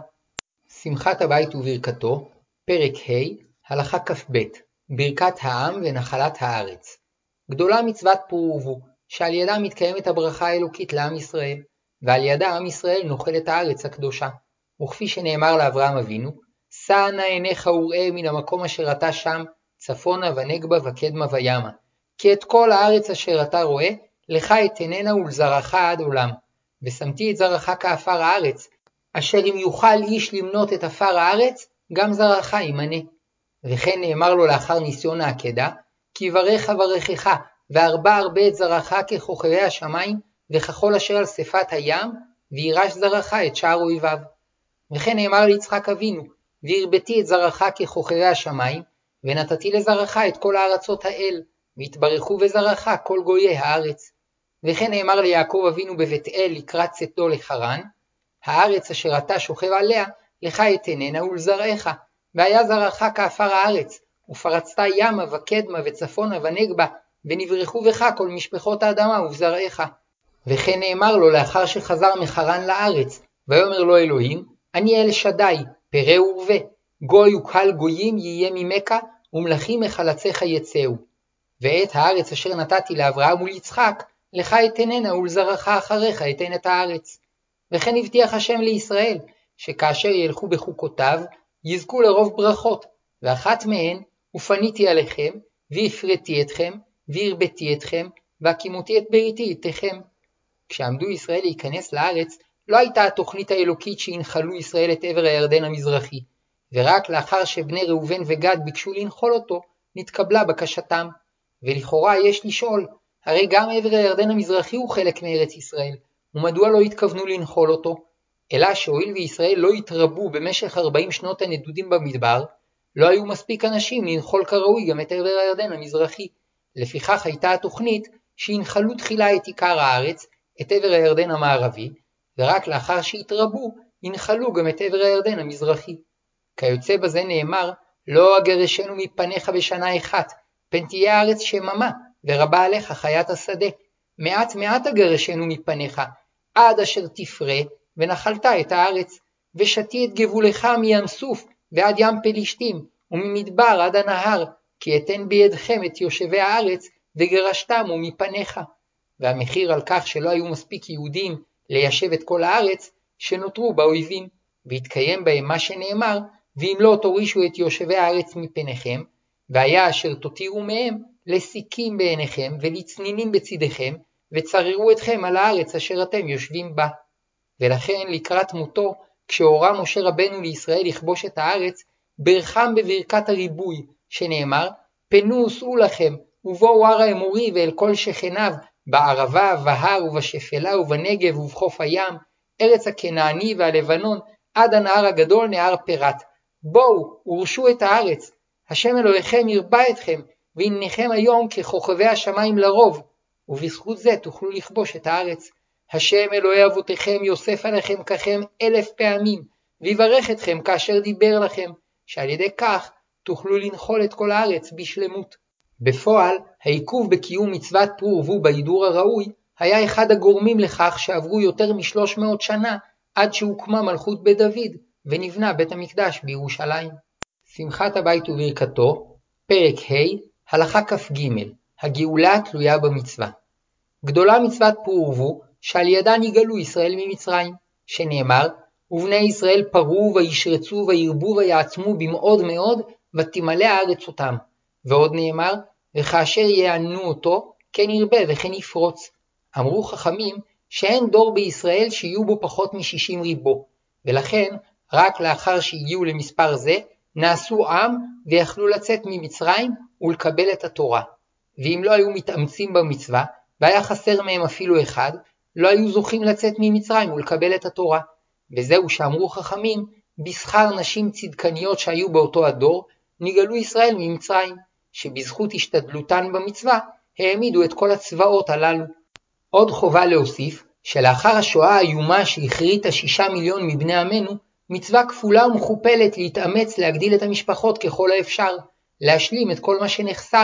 שמחת הבית וברכתו, פרק ה', הלכה כ"ב, ברכת העם ונחלת הארץ. גדולה מצוות פרו ורבו, שעל ידה מתקיימת הברכה האלוקית לעם ישראל, ועל ידה עם ישראל נאכל את הארץ הקדושה. וכפי שנאמר לאברהם אבינו, שא נא עיניך וראה מן המקום אשר אתה שם, צפונה ונגבה וקדמה וימה. כי את כל הארץ אשר אתה רואה, לך אתננה ולזרעך עד עולם. ושמתי את זרעך כעפר הארץ, אשר אם יוכל איש למנות את עפר הארץ, גם זרעך ימנה. וכן נאמר לו לאחר ניסיון העקדה, כי ברך אברכך, והרבה הרבה את זרעך ככוכבי השמיים, וכחול אשר על שפת הים, וירש זרעך את שער אויביו. וכן נאמר ליצחק אבינו, והרביתי את זרעך ככוכבי השמיים, ונתתי לזרעך את כל הארצות האל, והתברכו בזרעך כל גויי הארץ. וכן נאמר ליעקב אבינו בבית אל לקראת צאתו לחרן, הארץ אשר אתה שוכב עליה, לך אתננה ולזרעך, והיה זרעך כעפר הארץ, ופרצת ימה וקדמה וצפונה ונגבה, ונברכו בך כל משפחות האדמה ובזרעך. וכן נאמר לו לאחר שחזר מחרן לארץ, ויאמר לו אלוהים, אני אל שדי, פרא ורבה, גוי וקהל גויים יהיה ממך, ומלכים מחלציך יצאו. ואת הארץ אשר נתתי לאברהם וליצחק, לך אתננה ולזרעך אחריך אתן את הארץ. וכן הבטיח השם לישראל, שכאשר ילכו בחוקותיו, יזכו לרוב ברכות, ואחת מהן, ופניתי עליכם, והפרתי אתכם, והרביתי אתכם, והקימותי את בריתי איתכם. כשעמדו ישראל להיכנס לארץ, לא הייתה התוכנית האלוקית שינחלו ישראל את עבר הירדן המזרחי, ורק לאחר שבני ראובן וגד ביקשו לנחול אותו, נתקבלה בקשתם. ולכאורה יש לשאול, הרי גם עבר הירדן המזרחי הוא חלק מארץ ישראל, ומדוע לא התכוונו לנחול אותו? אלא שהואיל וישראל לא התרבו במשך ארבעים שנות הנדודים במדבר, לא היו מספיק אנשים לנחול כראוי גם את עבר הירדן המזרחי. לפיכך הייתה התוכנית שינחלו תחילה את עיקר הארץ, את עבר הירדן המערבי, ורק לאחר שהתרבו, ינחלו גם את עבר הירדן המזרחי. כיוצא בזה נאמר, לא אגרשנו מפניך בשנה אחת, פן תהיה הארץ שממה, ורבה עליך חיית השדה. מעט מעט אגרשנו מפניך, עד אשר תפרה, ונחלת את הארץ, ושתי את גבולך מים סוף, ועד ים פלישתים, וממדבר עד הנהר, כי אתן בידכם את יושבי הארץ, וגרשתם מפניך. והמחיר על כך שלא היו מספיק יהודים ליישב את כל הארץ, שנותרו באויבים, והתקיים בהם מה שנאמר, ואם לא תורישו את יושבי הארץ מפניכם, והיה אשר תותירו מהם לסיכים בעיניכם ולצנינים בצדיכם, וצררו אתכם על הארץ אשר אתם יושבים בה. ולכן לקראת מותו, כשהורה משה רבנו לישראל לכבוש את הארץ, ברכם בברכת הריבוי, שנאמר, פנו סעו לכם, ובואו הר האמורי ואל כל שכניו, בערבה, בהר ובשפלה ובנגב ובחוף הים, ארץ הכנעני והלבנון, עד הנהר הגדול נהר פרת. בואו, ורשו את הארץ, השם אלוהיכם ירבה אתכם, והנכם היום ככוכבי השמיים לרוב, ובזכות זה תוכלו לכבוש את הארץ. השם אלוהי אבותיכם יוסף עליכם ככם אלף פעמים, ויברך אתכם כאשר דיבר לכם, שעל ידי כך תוכלו לנחול את כל הארץ בשלמות. בפועל, העיכוב בקיום מצוות פרו ורבו בהידור הראוי, היה אחד הגורמים לכך שעברו יותר משלוש מאות שנה, עד שהוקמה מלכות בית דוד, ונבנה בית המקדש בירושלים. שמחת הבית וברכתו, פרק ה', הלכה כ"ג, הגאולה התלויה במצווה. גדולה מצוות פרו ורבו, שעל ידה נגאלו ישראל ממצרים, שנאמר, ובני ישראל פרו וישרצו וירבו ויעצמו במאוד מאוד, ותמלא הארץ אותם. ועוד נאמר, וכאשר יענו אותו, כן ירבה וכן יפרוץ. אמרו חכמים שאין דור בישראל שיהיו בו פחות משישים ריבו, ולכן רק לאחר שהגיעו למספר זה, נעשו עם ויכלו לצאת ממצרים ולקבל את התורה. ואם לא היו מתאמצים במצווה, והיה חסר מהם אפילו אחד, לא היו זוכים לצאת ממצרים ולקבל את התורה. וזהו שאמרו חכמים, בשכר נשים צדקניות שהיו באותו הדור, נגאלו ישראל ממצרים, שבזכות השתדלותן במצווה, העמידו את כל הצבאות הללו. עוד חובה להוסיף, שלאחר השואה האיומה שהכריתה שישה מיליון מבני עמנו, מצווה כפולה ומכופלת להתאמץ להגדיל את המשפחות ככל האפשר, להשלים את כל מה שנחסר,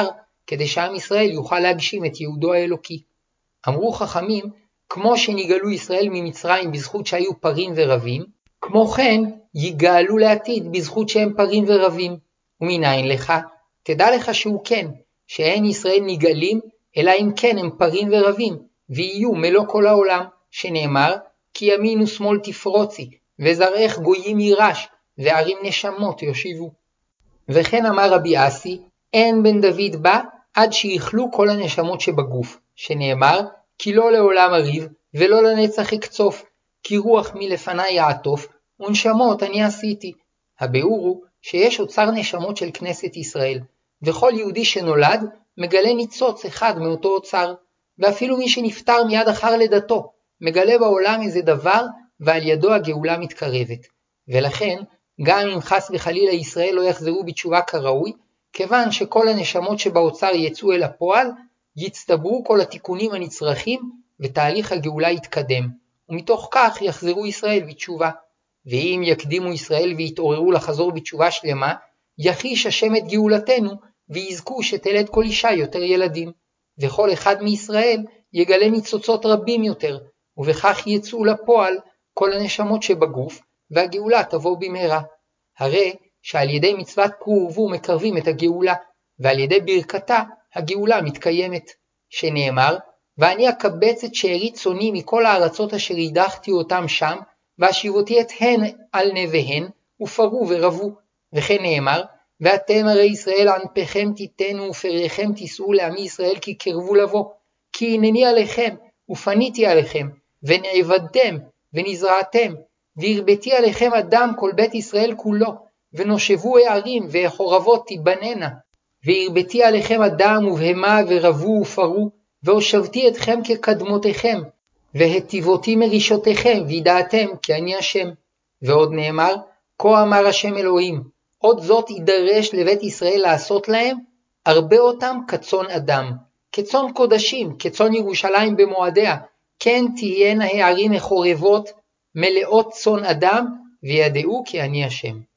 כדי שעם ישראל יוכל להגשים את ייעודו האלוקי. אמרו חכמים, כמו שנגאלו ישראל ממצרים בזכות שהיו פרים ורבים, כמו כן יגאלו לעתיד בזכות שהם פרים ורבים. ומניין לך? תדע לך שהוא כן, שאין ישראל נגאלים, אלא אם כן הם פרים ורבים, ויהיו מלוא כל העולם, שנאמר, כי ימין ושמאל תפרוצי, וזרעך גויים יירש, וערים נשמות יושיבו. וכן אמר רבי אסי, אין בן דוד בא עד שיכלו כל הנשמות שבגוף, שנאמר, כי לא לעולם אריב, ולא לנצח אקצוף, כי רוח מלפני יעטוף, ונשמות אני עשיתי. הביאור הוא שיש אוצר נשמות של כנסת ישראל, וכל יהודי שנולד מגלה ניצוץ אחד מאותו אוצר, ואפילו מי שנפטר מיד אחר לידתו, מגלה בעולם איזה דבר, ועל ידו הגאולה מתקרבת. ולכן, גם אם חס וחלילה ישראל לא יחזרו בתשובה כראוי, כיוון שכל הנשמות שבאוצר יצאו אל הפועל, יצטברו כל התיקונים הנצרכים, ותהליך הגאולה יתקדם, ומתוך כך יחזרו ישראל בתשובה. ואם יקדימו ישראל ויתעוררו לחזור בתשובה שלמה, יחיש השם את גאולתנו, ויזכו שתלד כל אישה יותר ילדים. וכל אחד מישראל יגלה ניצוצות רבים יותר, ובכך יצאו לפועל כל הנשמות שבגוף, והגאולה תבוא במהרה. הרי שעל ידי מצוות פרו ורבו מקרבים את הגאולה, ועל ידי ברכתה הגאולה מתקיימת. שנאמר, ואני אקבץ את שארית צוני מכל הארצות אשר הדחתי אותם שם, והשיבותי את הן על נביהן, ופרו ורבו. וכן נאמר, ואתם הרי ישראל ענפיכם תיתנו ופריכם תישאו לעמי ישראל כי קרבו לבוא. כי הנני עליכם ופניתי עליכם, ונעבדתם ונזרעתם, והרביתי עליכם אדם כל בית ישראל כולו, ונושבו הערים והחורבות תיבננה. והרביתי עליכם אדם ובהמה ורבו ופרו, והושבתי אתכם כקדמותיכם, והטיבותי מרישותיכם, וידעתם כי אני השם. ועוד נאמר, כה אמר השם אלוהים, עוד זאת יידרש לבית ישראל לעשות להם, הרבה אותם כצאן אדם, כצאן קודשים, כצאן ירושלים במועדיה, כן תהיינה הערים החורבות, מלאות צאן אדם, וידעו כי אני השם.